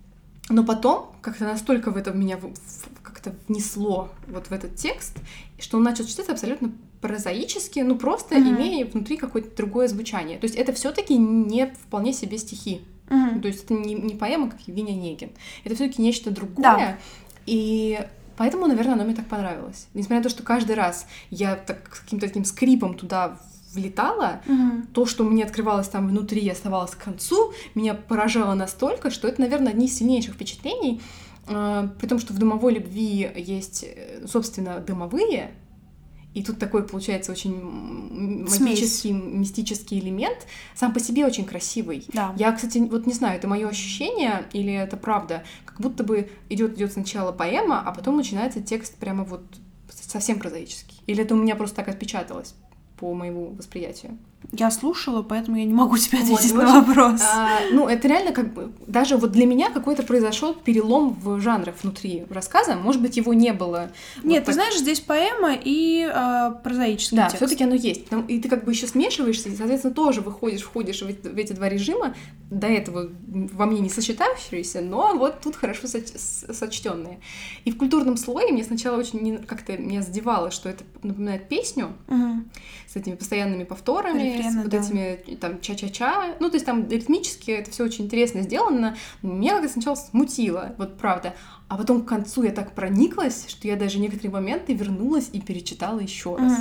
Но потом как-то настолько в это меня как-то внесло вот в этот текст, что он начал читаться абсолютно прозаически, ну просто имея внутри какое-то другое звучание. То есть это все-таки не вполне себе стихи. То есть это не поэма, как Евгений Онегин. Это все-таки нечто другое. Да. И поэтому, наверное, оно мне так понравилось. Несмотря на то, что каждый раз я так с каким-то таким скрипом туда влетала, то, что мне открывалось там внутри и оставалось к концу, меня поражало настолько, что это, наверное, одни из сильнейших впечатлений, при том, что в «Домовой любви» есть, собственно, домовые, и тут такой, получается, очень магический, мистический элемент, сам по себе очень красивый. Да. Я, кстати, вот не знаю, это мое ощущение или это правда, как будто бы идет сначала поэма, а потом начинается текст прямо вот совсем прозаический. Или это у меня просто так отпечаталось по моему восприятию? Я слушала, поэтому я не могу тебе ответить на вопрос. Ну, это реально как бы... Даже вот для меня какой-то произошел перелом в жанрах внутри рассказа. Может быть, его не было. Нет, вот ты знаешь, здесь поэма и прозаический текст. Да, все-таки оно есть. И ты как бы еще смешиваешься, и, соответственно, тоже входишь в эти два режима, до этого во мне не сочетающиеся, но вот тут хорошо сочтенные. И в культурном слое мне сначала очень как-то меня задевало, что это напоминает песню с этими постоянными повторами, с этими там ча-ча-ча. Ну, то есть там ритмически это все очень интересно сделано. Меня как-то сначала смутило, вот правда. А потом к концу я так прониклась, что я даже некоторые моменты вернулась и перечитала еще раз.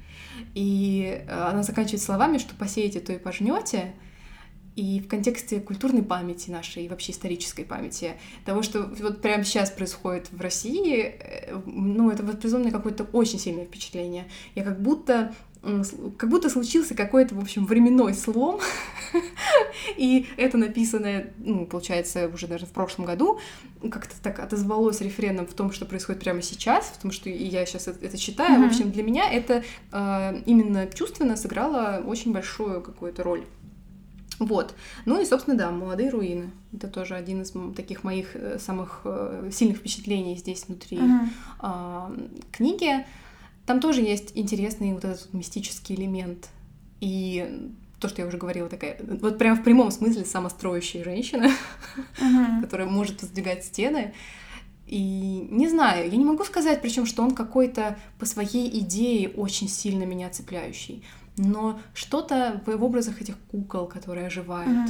И она заканчивает словами, что посеете, то и пожнете. И в контексте культурной памяти нашей, и вообще исторической памяти, того, что вот прямо сейчас происходит в России, ну, это произвело на какое-то очень сильное впечатление. Я как будто случился какой-то, в общем, временной слом, и это написанное, ну, получается, уже даже в прошлом году, как-то так отозвалось рефреном в том, что происходит прямо сейчас, в том, что и я сейчас это читаю. В общем, для меня это именно чувственно сыграло очень большую какую-то роль. Вот. Ну и, собственно, да, «Молодые руины». Это тоже один из таких моих самых сильных впечатлений здесь внутри книги. Там тоже есть интересный вот этот мистический элемент. И то, что я уже говорила, такая, вот прям в прямом смысле самостроящая женщина, которая может воздвигать стены. И не знаю, я не могу сказать, причем, что он какой-то по своей идее очень сильно меня цепляющий. Но что-то в образах этих кукол, которые оживают,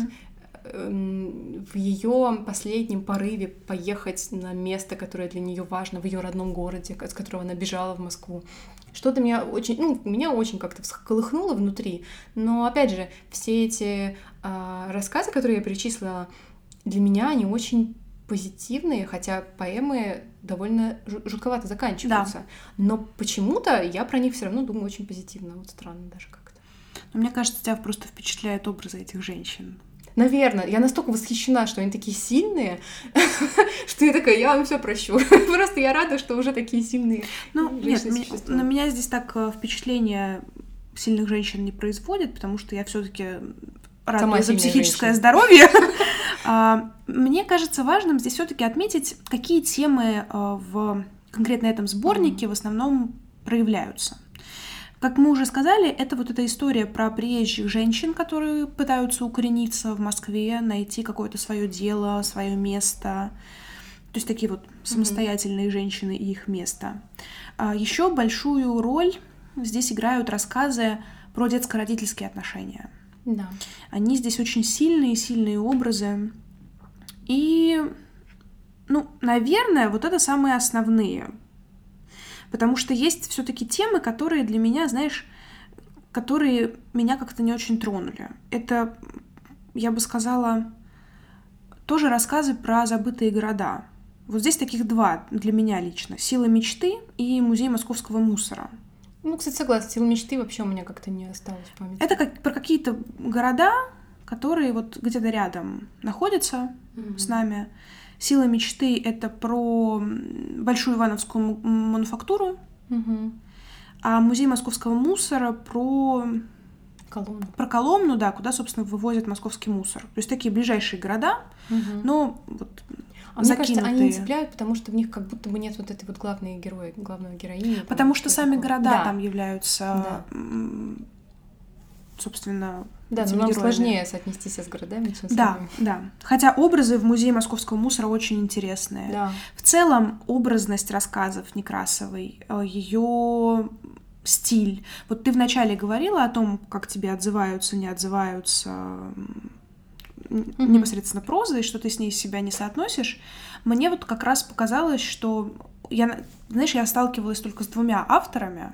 в ее последнем порыве поехать на место, которое для нее важно, в ее родном городе, с которого она бежала в Москву. Что-то меня очень как-то всколыхнуло внутри. Но, опять же, все эти рассказы, которые я перечислила, для меня они очень позитивные, хотя поэмы довольно жутковато заканчиваются. Да. Но почему-то я про них все равно думаю очень позитивно. Вот странно даже как-то. Но мне кажется, тебя просто впечатляют образы этих женщин. Наверное, я настолько восхищена, что они такие сильные, что я такая, я вам все прощу. Просто я рада, что уже такие сильные. Ну, нет, на меня здесь так впечатление сильных женщин не производит, потому что я все-таки рада за психическое здоровье. Мне кажется важным здесь все-таки отметить, какие темы в конкретно этом сборнике в основном проявляются. Как мы уже сказали, это вот эта история про приезжих женщин, которые пытаются укорениться в Москве, найти какое-то свое дело, свое место. То есть такие вот самостоятельные женщины и их место. Еще большую роль здесь играют рассказы про детско-родительские отношения. Да. Они здесь очень сильные образы. И, ну, наверное, вот это самые основные. Потому что есть все-таки темы, которые для меня, знаешь, которые меня как-то не очень тронули. Это, я бы сказала, тоже рассказы про забытые города. Вот здесь таких два для меня лично. «Сила мечты» и «Музей московского мусора». Ну, кстати, согласна, «Сила мечты» вообще у меня как-то не осталось в памяти. Это как про какие-то города, которые вот где-то рядом находятся с нами. «Сила мечты» — это про Большую Ивановскую мануфактуру, а «Музей московского мусора» про Коломну, да, куда, собственно, вывозят московский мусор. То есть такие ближайшие города, но вот мне кажется, они не цепляют, потому что в них как будто бы нет вот этой вот главной героини. Потому что сами города там являются, собственно, Да, но нам сложнее соотнестись с городами, чем с Да, да. Хотя образы в Музее московского мусора очень интересные. Да. В целом, образность рассказов Некрасовой, ее стиль. Вот ты вначале говорила о том, как тебе отзываются, не отзываются непосредственно прозой, что ты с ней себя не соотносишь. Мне вот как раз показалось, что я сталкивалась только с 2 авторами,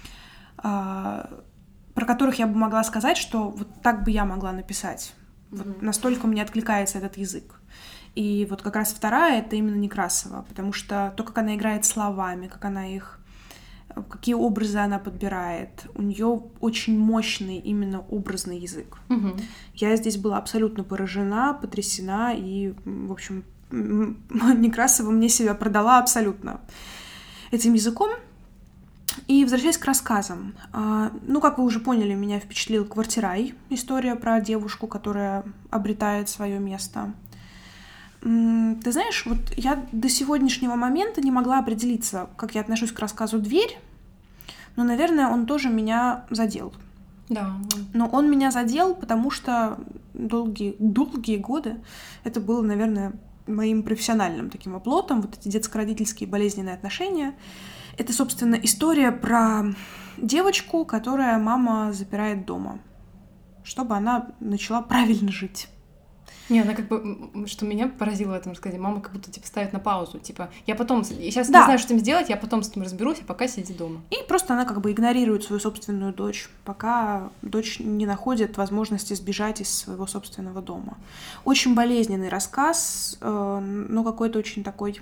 про которых я бы могла сказать, что вот так бы я могла написать. Вот настолько мне откликается этот язык. И вот как раз вторая — это именно Некрасова, потому что то, как она играет словами, какие образы она подбирает, у нее очень мощный именно образный язык. Я здесь была абсолютно поражена, потрясена, и, в общем, Некрасова мне себя продала абсолютно этим языком. И возвращаясь к рассказам. Как вы уже поняли, меня впечатлил «Квартирай», история про девушку, которая обретает свое место. Ты знаешь, вот я до сегодняшнего момента не могла определиться, как я отношусь к рассказу «Дверь», но, наверное, он тоже меня задел. Да. Но он меня задел, потому что долгие годы это было, наверное, моим профессиональным таким оплотом, вот эти детско-родительские болезненные отношения. Это, собственно, история про девочку, которая мама запирает дома, чтобы она начала правильно жить. Не, она как бы, что меня поразило в этом рассказе, мама как будто, ставит на паузу, я сейчас не знаю, что с этим сделать, я потом с этим разберусь, а пока сиди дома. И просто она как бы игнорирует свою собственную дочь, пока дочь не находит возможности сбежать из своего собственного дома. Очень болезненный рассказ, но какой-то очень такой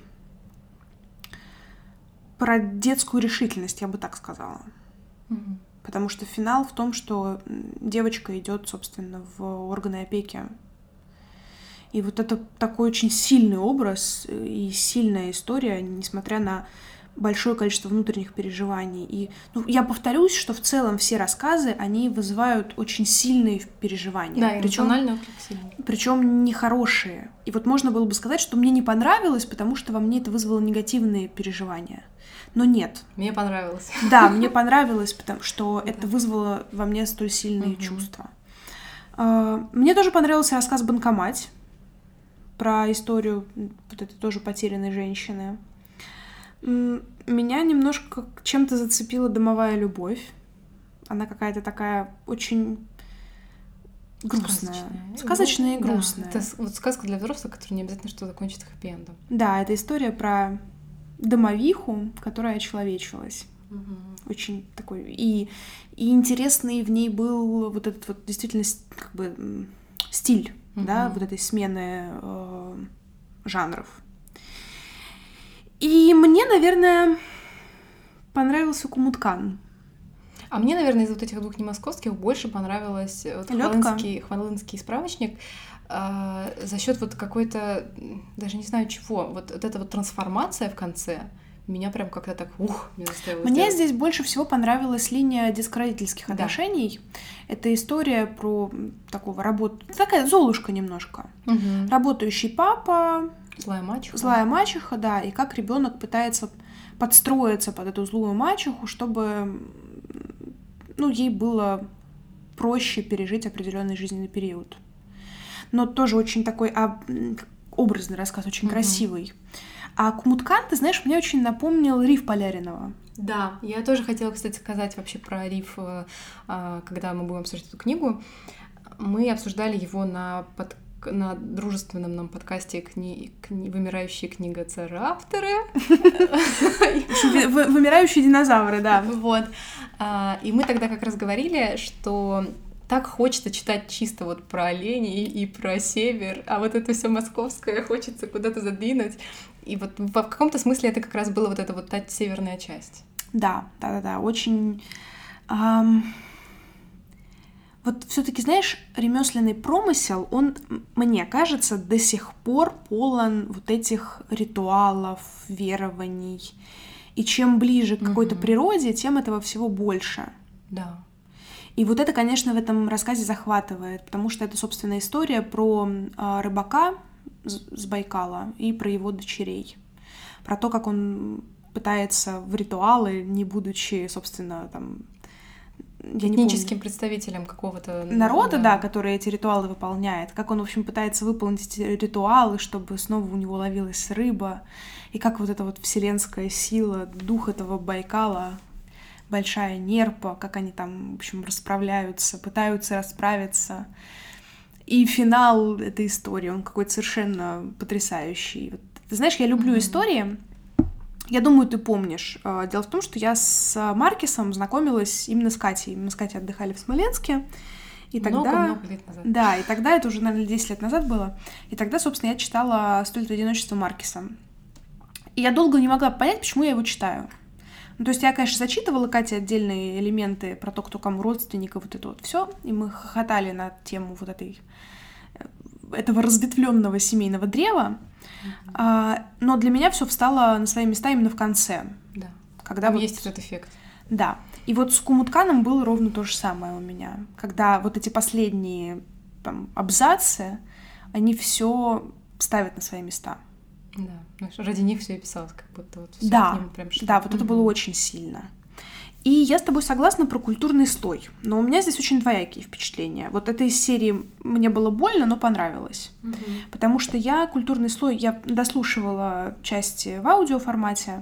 про детскую решительность, я бы так сказала. Потому что финал в том, что девочка идет, собственно, в органы опеки. И вот это такой очень сильный образ и сильная история, несмотря на большое количество внутренних переживаний. И я повторюсь, что в целом все рассказы, они вызывают очень сильные переживания. Да, эмоционально очень сильные. Причем нехорошие. И вот можно было бы сказать, что мне не понравилось, потому что во мне это вызвало негативные переживания. Но нет. Мне понравилось. Да, мне понравилось, потому что это вызвало во мне столь сильные чувства. Мне тоже понравился рассказ «Банкомат», про историю вот этой тоже потерянной женщины. Меня немножко чем-то зацепила «Домовая любовь». Она какая-то такая очень грустная. Сказочная и грустная. Да. Это вот сказка для взрослых, которая не обязательно что закончится хэппи-эндом. Да, это история про домовиху, которая очеловечилась. Очень такой... И интересный в ней был вот этот вот действительно как бы стиль, да, вот этой смены жанров. И мне, наверное, понравился Кумуткан. А мне, наверное, из вот этих 2 немосковских больше понравилось Хвалынский справочник за счет вот какой-то, даже не знаю чего, вот эта вот трансформация в конце меня прям как-то так, меня заставило Мне сделать. здесь больше всего понравилась линия детско-родительских отношений. Это история про такого такая Золушка немножко. Работающий папа, злая мачеха, да, и как ребенок пытается подстроиться под эту злую мачеху, чтобы ей было проще пережить определенный жизненный период. Но тоже очень такой образный рассказ, очень красивый. А Кумуткан, ты знаешь, мне очень напомнил «Риф» Поляринова. Да, я тоже хотела, кстати, сказать вообще про «Риф», когда мы будем обсуждать эту книгу. Мы обсуждали его на дружественном нам подкасте «Вымирающие книгоцерапторы». Вымирающие динозавры, да. Вот. И мы тогда как раз говорили, что так хочется читать чисто вот про оленей и про север, а вот это все московское хочется куда-то задвинуть. И вот в каком-то смысле это как раз была вот эта вот та северная часть. Да, очень... Вот все-таки, знаешь, ремесленный промысел, он, мне кажется, до сих пор полон вот этих ритуалов, верований. И чем ближе к какой-то природе, тем этого всего больше. Да. И вот это, конечно, в этом рассказе захватывает, потому что это, собственно, история про рыбака с Байкала и про его дочерей. Про то, как он пытается в ритуалы, не будучи, собственно, там, этническим представителем какого-то народа, да, который эти ритуалы выполняет, как он, в общем, пытается выполнить эти ритуалы, чтобы снова у него ловилась рыба, и как вот эта вот вселенская сила, дух этого Байкала, большая нерпа, как они там, в общем, расправляются, пытаются расправиться. И финал этой истории, он какой-то совершенно потрясающий. Вот, ты знаешь, я люблю истории. Я думаю, ты помнишь. Дело в том, что я с Маркисом знакомилась именно с Катей. Мы с Катей отдыхали в Смоленске. И тогда... Много лет назад. Да, и тогда, это уже, наверное, 10 лет назад было. И тогда, собственно, я читала «100 лет одиночества» Маркиса. И я долго не могла понять, почему я его читаю. Ну, то есть я, конечно, зачитывала Кате отдельные элементы про то, кто кому родственник, и вот это вот все. И мы хохотали на тему вот этого разветвленного семейного древа. Но для меня все встало на свои места именно в конце. Да. Когда там есть этот эффект. Да. И вот с Кумутканом было ровно то же самое у меня. Когда вот эти последние там, абзацы, они все ставят на свои места. Да. Ради них все и писалось, как будто вот всё да. к ним прям шло. Да, вот это было очень сильно. И я с тобой согласна про культурный слой. Но у меня здесь очень двоякие впечатления. Вот этой серии мне было больно, но понравилось. Потому что я культурный слой, я дослушивала части в аудиоформате,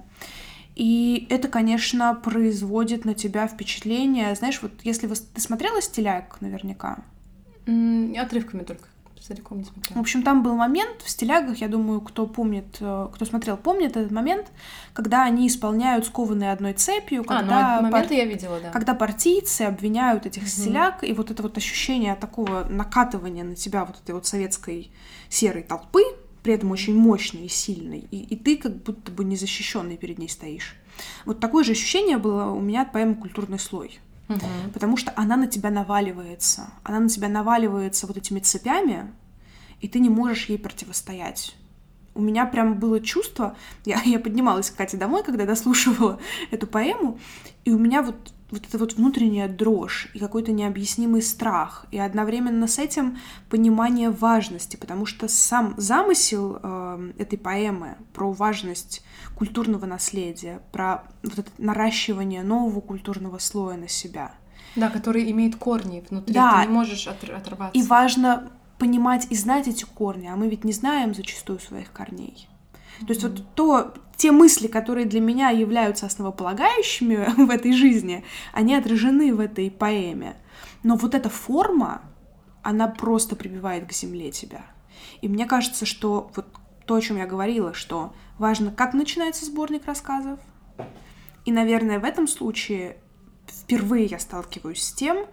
и это, конечно, производит на тебя впечатление. Знаешь, вот если ты смотрела «Стиляг» наверняка? Отрывками только. Целиком не смотрела. В общем, там был момент в «Стилягах», я думаю, кто смотрел, помнит этот момент, когда они исполняют «Скованные одной цепью», когда моменты я видела, да. Когда партийцы обвиняют этих стиляг, и вот это вот ощущение такого накатывания на тебя вот этой вот советской серой толпы, при этом очень мощной и сильной, и ты как будто бы незащищенный перед ней стоишь. Вот такое же ощущение было у меня от поэмы «Культурный слой». Потому что она на тебя наваливается. Она на тебя наваливается вот этими цепями, и ты не можешь ей противостоять. У меня прям было чувство... Я поднималась к Кате домой, когда дослушивала эту поэму, и у меня вот эта вот внутренняя дрожь и какой-то необъяснимый страх, и одновременно с этим понимание важности, потому что сам замысел этой поэмы про важность культурного наследия, про вот это наращивание нового культурного слоя на себя. Да, который имеет корни внутри, да, ты не можешь оторваться. И важно понимать и знать эти корни, а мы ведь не знаем зачастую своих корней. То есть вот те мысли, которые для меня являются основополагающими в этой жизни, они отражены в этой поэме. Но вот эта форма, она просто прибивает к земле тебя. И мне кажется, что вот то, о чем я говорила, что важно, как начинается сборник рассказов. И, наверное, в этом случае впервые я сталкиваюсь с тем,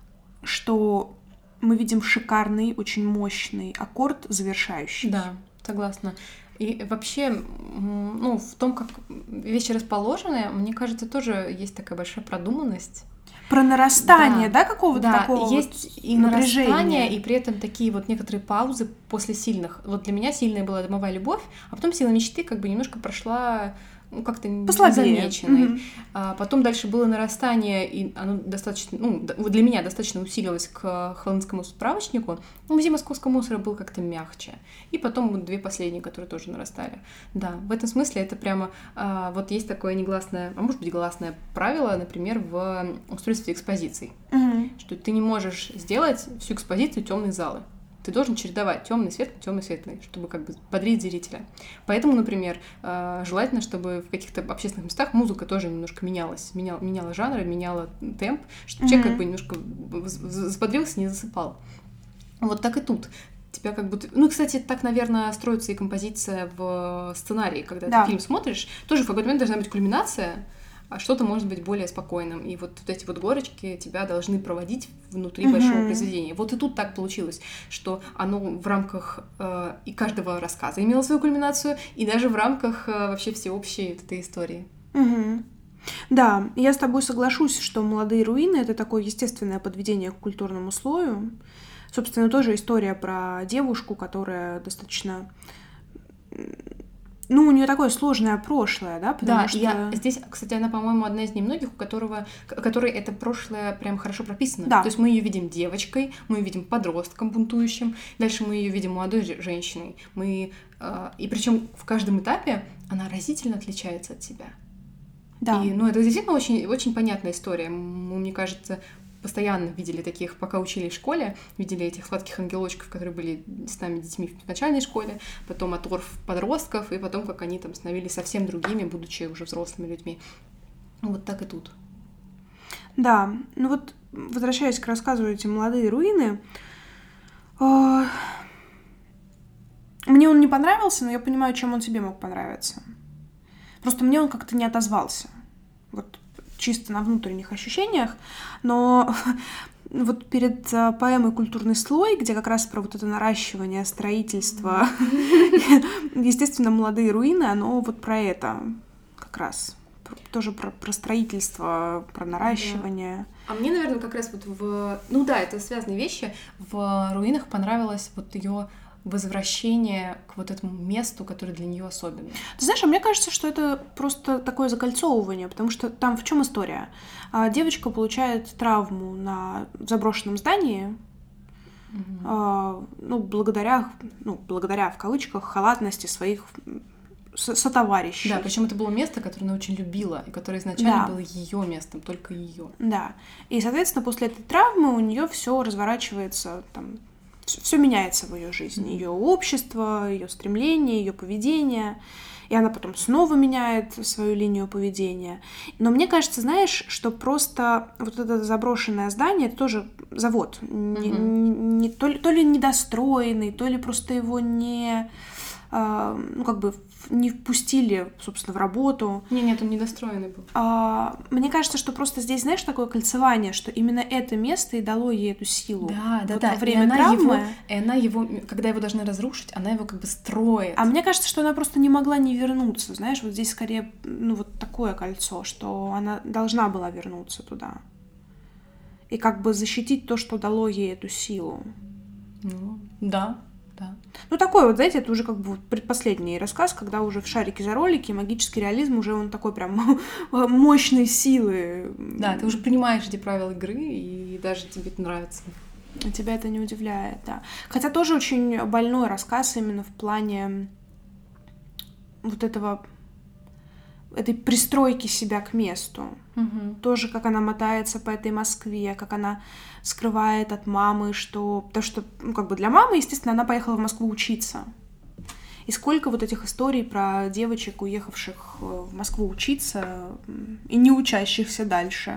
что мы видим шикарный, очень мощный аккорд завершающий. Да, согласна. И вообще, в том, как вещи расположены, мне кажется, тоже есть такая большая продуманность. Про нарастание, да какого-то такого есть вот и напряжения. нарастание, и при этом такие вот некоторые паузы после сильных. Вот для меня сильная была «Домовая любовь», а потом «Сила мечты» как бы немножко прошла... как-то незамеченной. Потом дальше было нарастание, и оно достаточно, для меня достаточно усилилось к Холмскому справочнику. «Музей московского мусора» был как-то мягче. И потом две последние, которые тоже нарастали. Да, в этом смысле это прямо... вот есть такое негласное, а может быть гласное правило, например, в устройстве экспозиций. Что ты не можешь сделать всю экспозицию темные залы. Ты должен чередовать темный, светлый, чтобы как бы бодрить зрителя. Поэтому, например, желательно, чтобы в каких-то общественных местах музыка тоже немножко менялась, меняла жанры, меняла темп, чтобы человек как бы немножко взбодрился, не засыпал. Вот так и тут. Тебя как будто... кстати, так, наверное, строится и композиция в сценарии, когда ты фильм смотришь. Тоже в какой-то момент должна быть кульминация, а что-то может быть более спокойным. И вот эти вот горочки тебя должны проводить внутри большого произведения. Вот и тут так получилось, что оно в рамках и каждого рассказа имело свою кульминацию, и даже в рамках вообще всеобщей этой истории. Да, я с тобой соглашусь, что «Молодые руины» — это такое естественное подведение к культурному слою. Собственно, тоже история про девушку, которая достаточно... у нее такое сложное прошлое, да? Потому что... здесь, кстати, она, по-моему, одна из немногих, у которой это прошлое прям хорошо прописано. Да. То есть мы ее видим девочкой, мы ее видим подростком бунтующим, дальше мы ее видим молодой женщиной. И причем в каждом этапе она разительно отличается от себя. Да. И, это действительно очень, очень понятная история. Мы, мне кажется, постоянно видели таких, пока учились в школе, видели этих сладких ангелочков, которые были с нами детьми в начальной школе, потом оторв подростков, и потом, как они там становились совсем другими, будучи уже взрослыми людьми. Вот так и тут. Да, возвращаясь к рассказу «Эти молодые руины», мне он не понравился, но я понимаю, чем он тебе мог понравиться. Просто мне он как-то не отозвался. Вот чисто на внутренних ощущениях. Но вот перед поэмой «Культурный слой», где как раз про вот это наращивание, строительство, естественно, «Молодые руины», оно вот про это как раз. Тоже про строительство, про наращивание. Да. А мне, наверное, как раз вот это связанные вещи. В руинах понравилось вот ее возвращение к вот этому месту, которое для нее особенное. Ты знаешь, а мне кажется, что это просто такое закольцовывание, потому что там в чем история? Девочка получает травму на заброшенном здании, благодаря в кавычках халатности своих сотоварищей. Да, причем это было место, которое она очень любила, и которое изначально было ее местом, только ее. Да. И, соответственно, после этой травмы у нее все разворачивается там. Все меняется в ее жизни, ее общество, ее стремление, ее поведение, и она потом снова меняет свою линию поведения. Но мне кажется, знаешь, что просто вот это заброшенное здание, это тоже завод, то ли недостроенный, то ли просто его не впустили, собственно, в работу. Нет, он недостроенный был. Мне кажется, что просто здесь, знаешь, такое кольцевание, что именно это место и дало ей эту силу. Да. Во время травмы. И она его, когда его должны разрушить, она его как бы строит. А мне кажется, что она просто не могла не вернуться. Знаешь, вот здесь скорее, вот такое кольцо, что она должна была вернуться туда. И как бы защитить то, что дало ей эту силу. Да. Такой вот, знаете, это уже как бы предпоследний рассказ, когда уже в шарике за ролики, магический реализм уже он такой прям мощной силы. Да, ты уже понимаешь эти правила игры, и даже тебе это нравится. Тебя это не удивляет, да. Хотя тоже очень больной рассказ именно в плане вот этой пристройки себя к месту. Тоже, как она мотается по этой Москве, как она скрывает от мамы, потому что для мамы, естественно, она поехала в Москву учиться. И сколько вот этих историй про девочек, уехавших в Москву учиться и не учащихся дальше.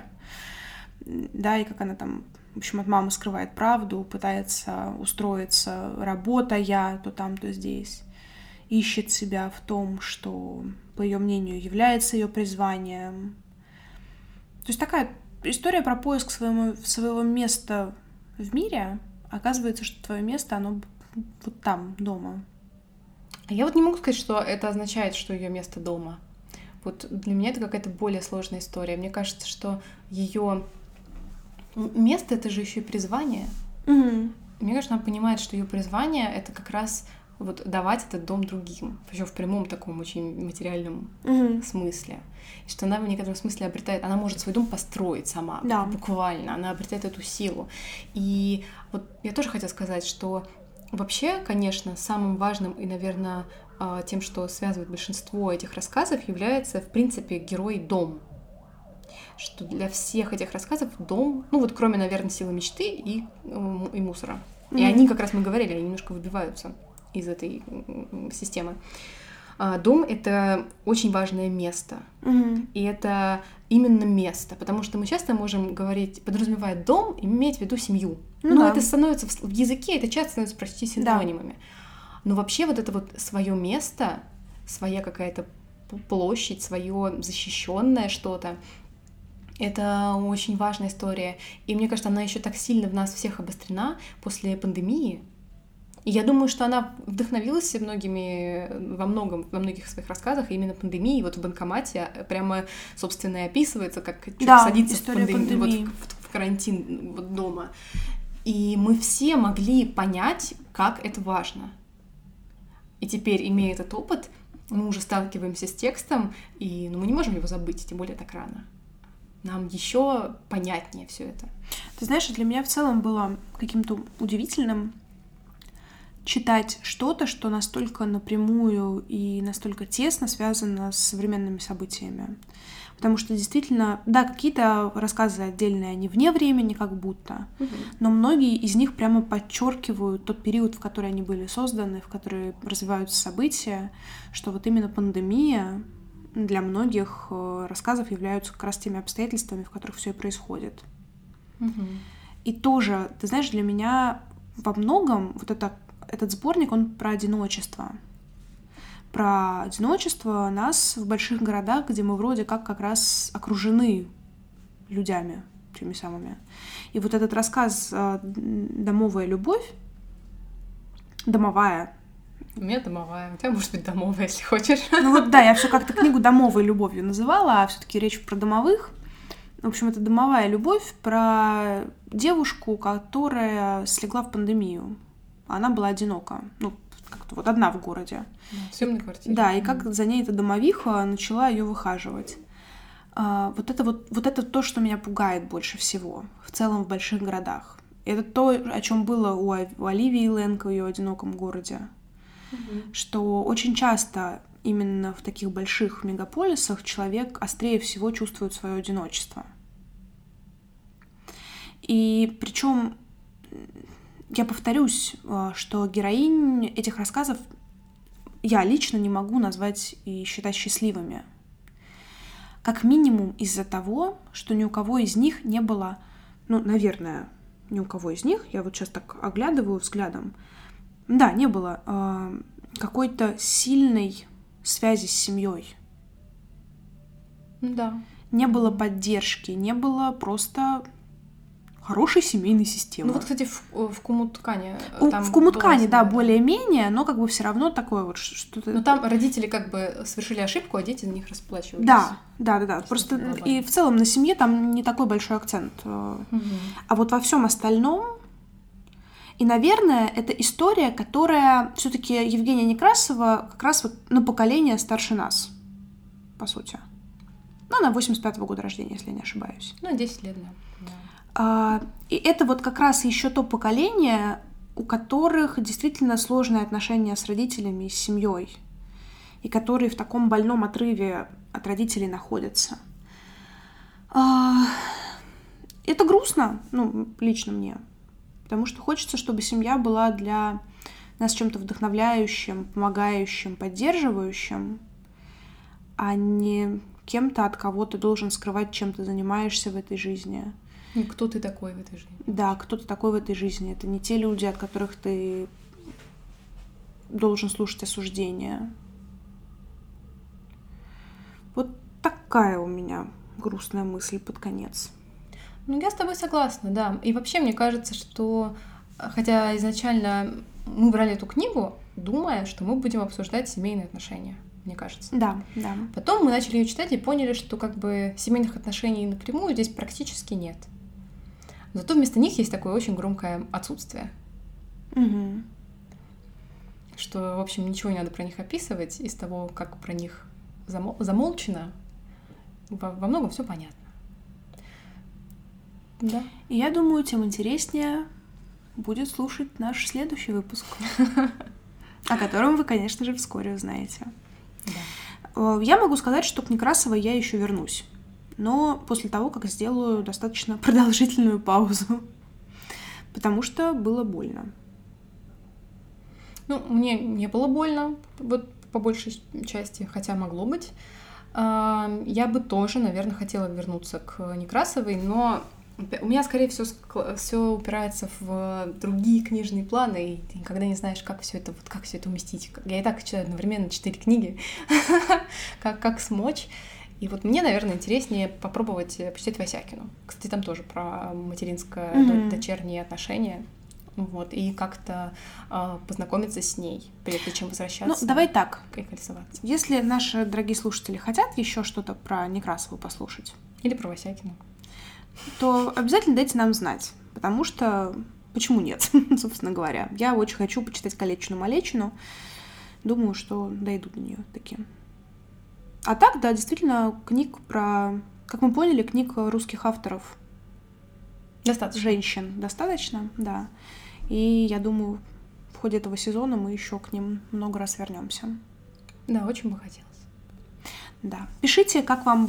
Да, и как она там, в общем, от мамы скрывает правду, пытается устроиться, работая то там, то здесь. Ищет себя в том, что, по ее мнению, является ее призванием. То есть такая история про поиск своего места в мире. Оказывается, что твое место, оно вот там, дома. А я вот не могу сказать, что это означает, что ее место дома. Вот для меня это какая-то более сложная история. Мне кажется, что ее место — это же еще и призвание. Мне кажется, она понимает, что ее призвание — это как раз вот давать этот дом другим, причем в прямом таком очень материальном смысле. И что она в некотором смысле обретает, она может свой дом построить сама, буквально, она обретает эту силу. И вот я тоже хотела сказать, что вообще, конечно, самым важным и, наверное, тем, что связывает большинство этих рассказов, является, в принципе, герой-дом. Что для всех этих рассказов дом, кроме, наверное, силы мечты и мусора. И они, как раз мы говорили, они немножко выбиваются из этой системы. Дом — это очень важное место. И это именно место, потому что мы часто можем говорить, подразумевая дом, иметь в виду семью. Это становится в языке, это часто становится почти синонимами. Но вообще вот это вот свое место, своя какая-то площадь, свое защищенное что-то, это очень важная история. И мне кажется, она еще так сильно в нас всех обострена после пандемии. И я думаю, что она вдохновилась во многих своих рассказах именно пандемией. Вот в банкомате прямо, собственно, и описывается, как человек садится в карантин дома. И мы все могли понять, как это важно. И теперь, имея этот опыт, мы уже сталкиваемся с текстом, и мы не можем его забыть, тем более так рано. Нам еще понятнее все это. Ты знаешь, для меня в целом было каким-то удивительным читать что-то, что настолько напрямую и настолько тесно связано с современными событиями. Потому что действительно, да, какие-то рассказы отдельные, они вне времени как будто, но многие из них прямо подчеркивают тот период, в который они были созданы, в который развиваются события, что вот именно пандемия для многих рассказов являются как раз теми обстоятельствами, в которых все и происходит. И тоже, ты знаешь, для меня во многом вот этот сборник, он про одиночество. Про одиночество нас в больших городах, где мы вроде как раз окружены людьми, теми самыми. И вот этот рассказ «Домовая любовь», домовая. У меня домовая, у тебя может быть домовая, если хочешь. Ну вот да, я все как-то книгу «Домовой любовью» называла, а все-таки речь про домовых. В общем, это «Домовая любовь» про девушку, которая слегла в пандемию. Она была одинока, ну, как-то вот одна в городе. В съемной квартире. Да, и как за ней эта домовиха начала ее выхаживать. Вот это то, что меня пугает больше всего в целом в больших городах. Это то, о чем было у Оливии Ленко в ее «Одиноком городе». Что очень часто именно в таких больших мегаполисах человек острее всего чувствует свое одиночество. И причем я повторюсь, что героинь этих рассказов я лично не могу назвать и считать счастливыми. Как минимум из-за того, что ни у кого из них не было, ну, наверное, ни у кого из них, я вот сейчас так оглядываю взглядом, да, не было какой-то сильной связи с семьей. Да. Не было поддержки, не было просто хорошей семейной системы. Ну вот, кстати, в Кумуткане... В Кумуткане, да, более-менее, но как бы все равно такое вот что-то... Но там родители как бы совершили ошибку, а дети на них расплачивались. Да. Просто и в целом на семье там не такой большой акцент. А вот во всем остальном... И, наверное, это история, которая все-таки Евгения Некрасова как раз вот на поколение старше нас, по сути. Ну, она 85-го года рождения, если я не ошибаюсь. Ну, 10 лет, да. И это вот как раз еще то поколение, у которых действительно сложные отношения с родителями и с семьей, и которые в таком больном отрыве от родителей находятся. Это грустно, ну, лично мне, потому что хочется, чтобы семья была для нас чем-то вдохновляющим, помогающим, поддерживающим, а не кем-то, от кого ты должен скрывать, чем ты занимаешься в этой жизни. И кто ты такой в этой жизни? Да, кто ты такой в этой жизни. Это не те люди, от которых ты должен слушать осуждения. Вот такая у меня грустная мысль под конец. Ну, я с тобой согласна, да. И вообще, мне кажется, что, хотя изначально мы брали эту книгу, думая, что мы будем обсуждать семейные отношения, мне кажется. Да. Потом мы начали ее читать и поняли, что как бы семейных отношений напрямую здесь практически нет. Зато вместо них есть такое очень громкое отсутствие. Что, в общем, ничего не надо про них описывать. Из того, как про них замолчено, во многом все понятно. Да. И я думаю, тем интереснее будет слушать наш следующий выпуск, о котором вы, конечно же, вскоре узнаете. Да. Я могу сказать, что к Некрасовой я еще вернусь, но после того, как сделаю достаточно продолжительную паузу, потому что было больно. Ну, мне не было больно, вот по большей части, хотя могло быть. Я бы тоже, наверное, хотела вернуться к Некрасовой, но у меня, скорее всего, все упирается в другие книжные планы, и ты никогда не знаешь, как все это уместить. Я и так читаю одновременно 4 книги, как смочь. И вот мне, наверное, интереснее попробовать почитать Васякину. Кстати, там тоже про материнско-дочерние отношения. Вот, и как-то познакомиться с ней, прежде чем возвращаться. Ну, давай так. И колесоваться. Если наши дорогие слушатели хотят еще что-то про Некрасову послушать. Или про Васякину. То обязательно дайте нам знать, потому что почему нет, собственно говоря. Я очень хочу почитать Калечину-Малечину. Думаю, что дойду до нее таки. А так, да, действительно, книг про... Как мы поняли, книг русских авторов достаточно. Женщин достаточно, да. И я думаю, в ходе этого сезона мы еще к ним много раз вернемся. Да, очень бы хотелось. Да. Пишите, как вам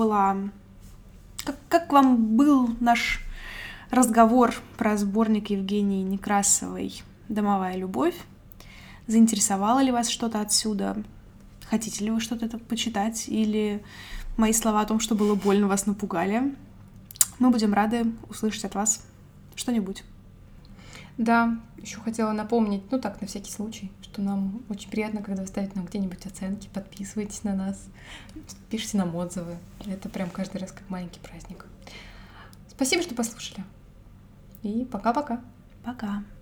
был наш разговор про сборник Евгении Некрасовой «Домовая любовь». Заинтересовало ли вас что-то отсюда? Хотите ли вы что-то это почитать? Или мои слова о том, что было больно, вас напугали? Мы будем рады услышать от вас что-нибудь. Да, еще хотела напомнить, на всякий случай, что нам очень приятно, когда вы ставите нам где-нибудь оценки, подписывайтесь на нас, пишите нам отзывы. Это прям каждый раз как маленький праздник. Спасибо, что послушали. И пока-пока. Пока.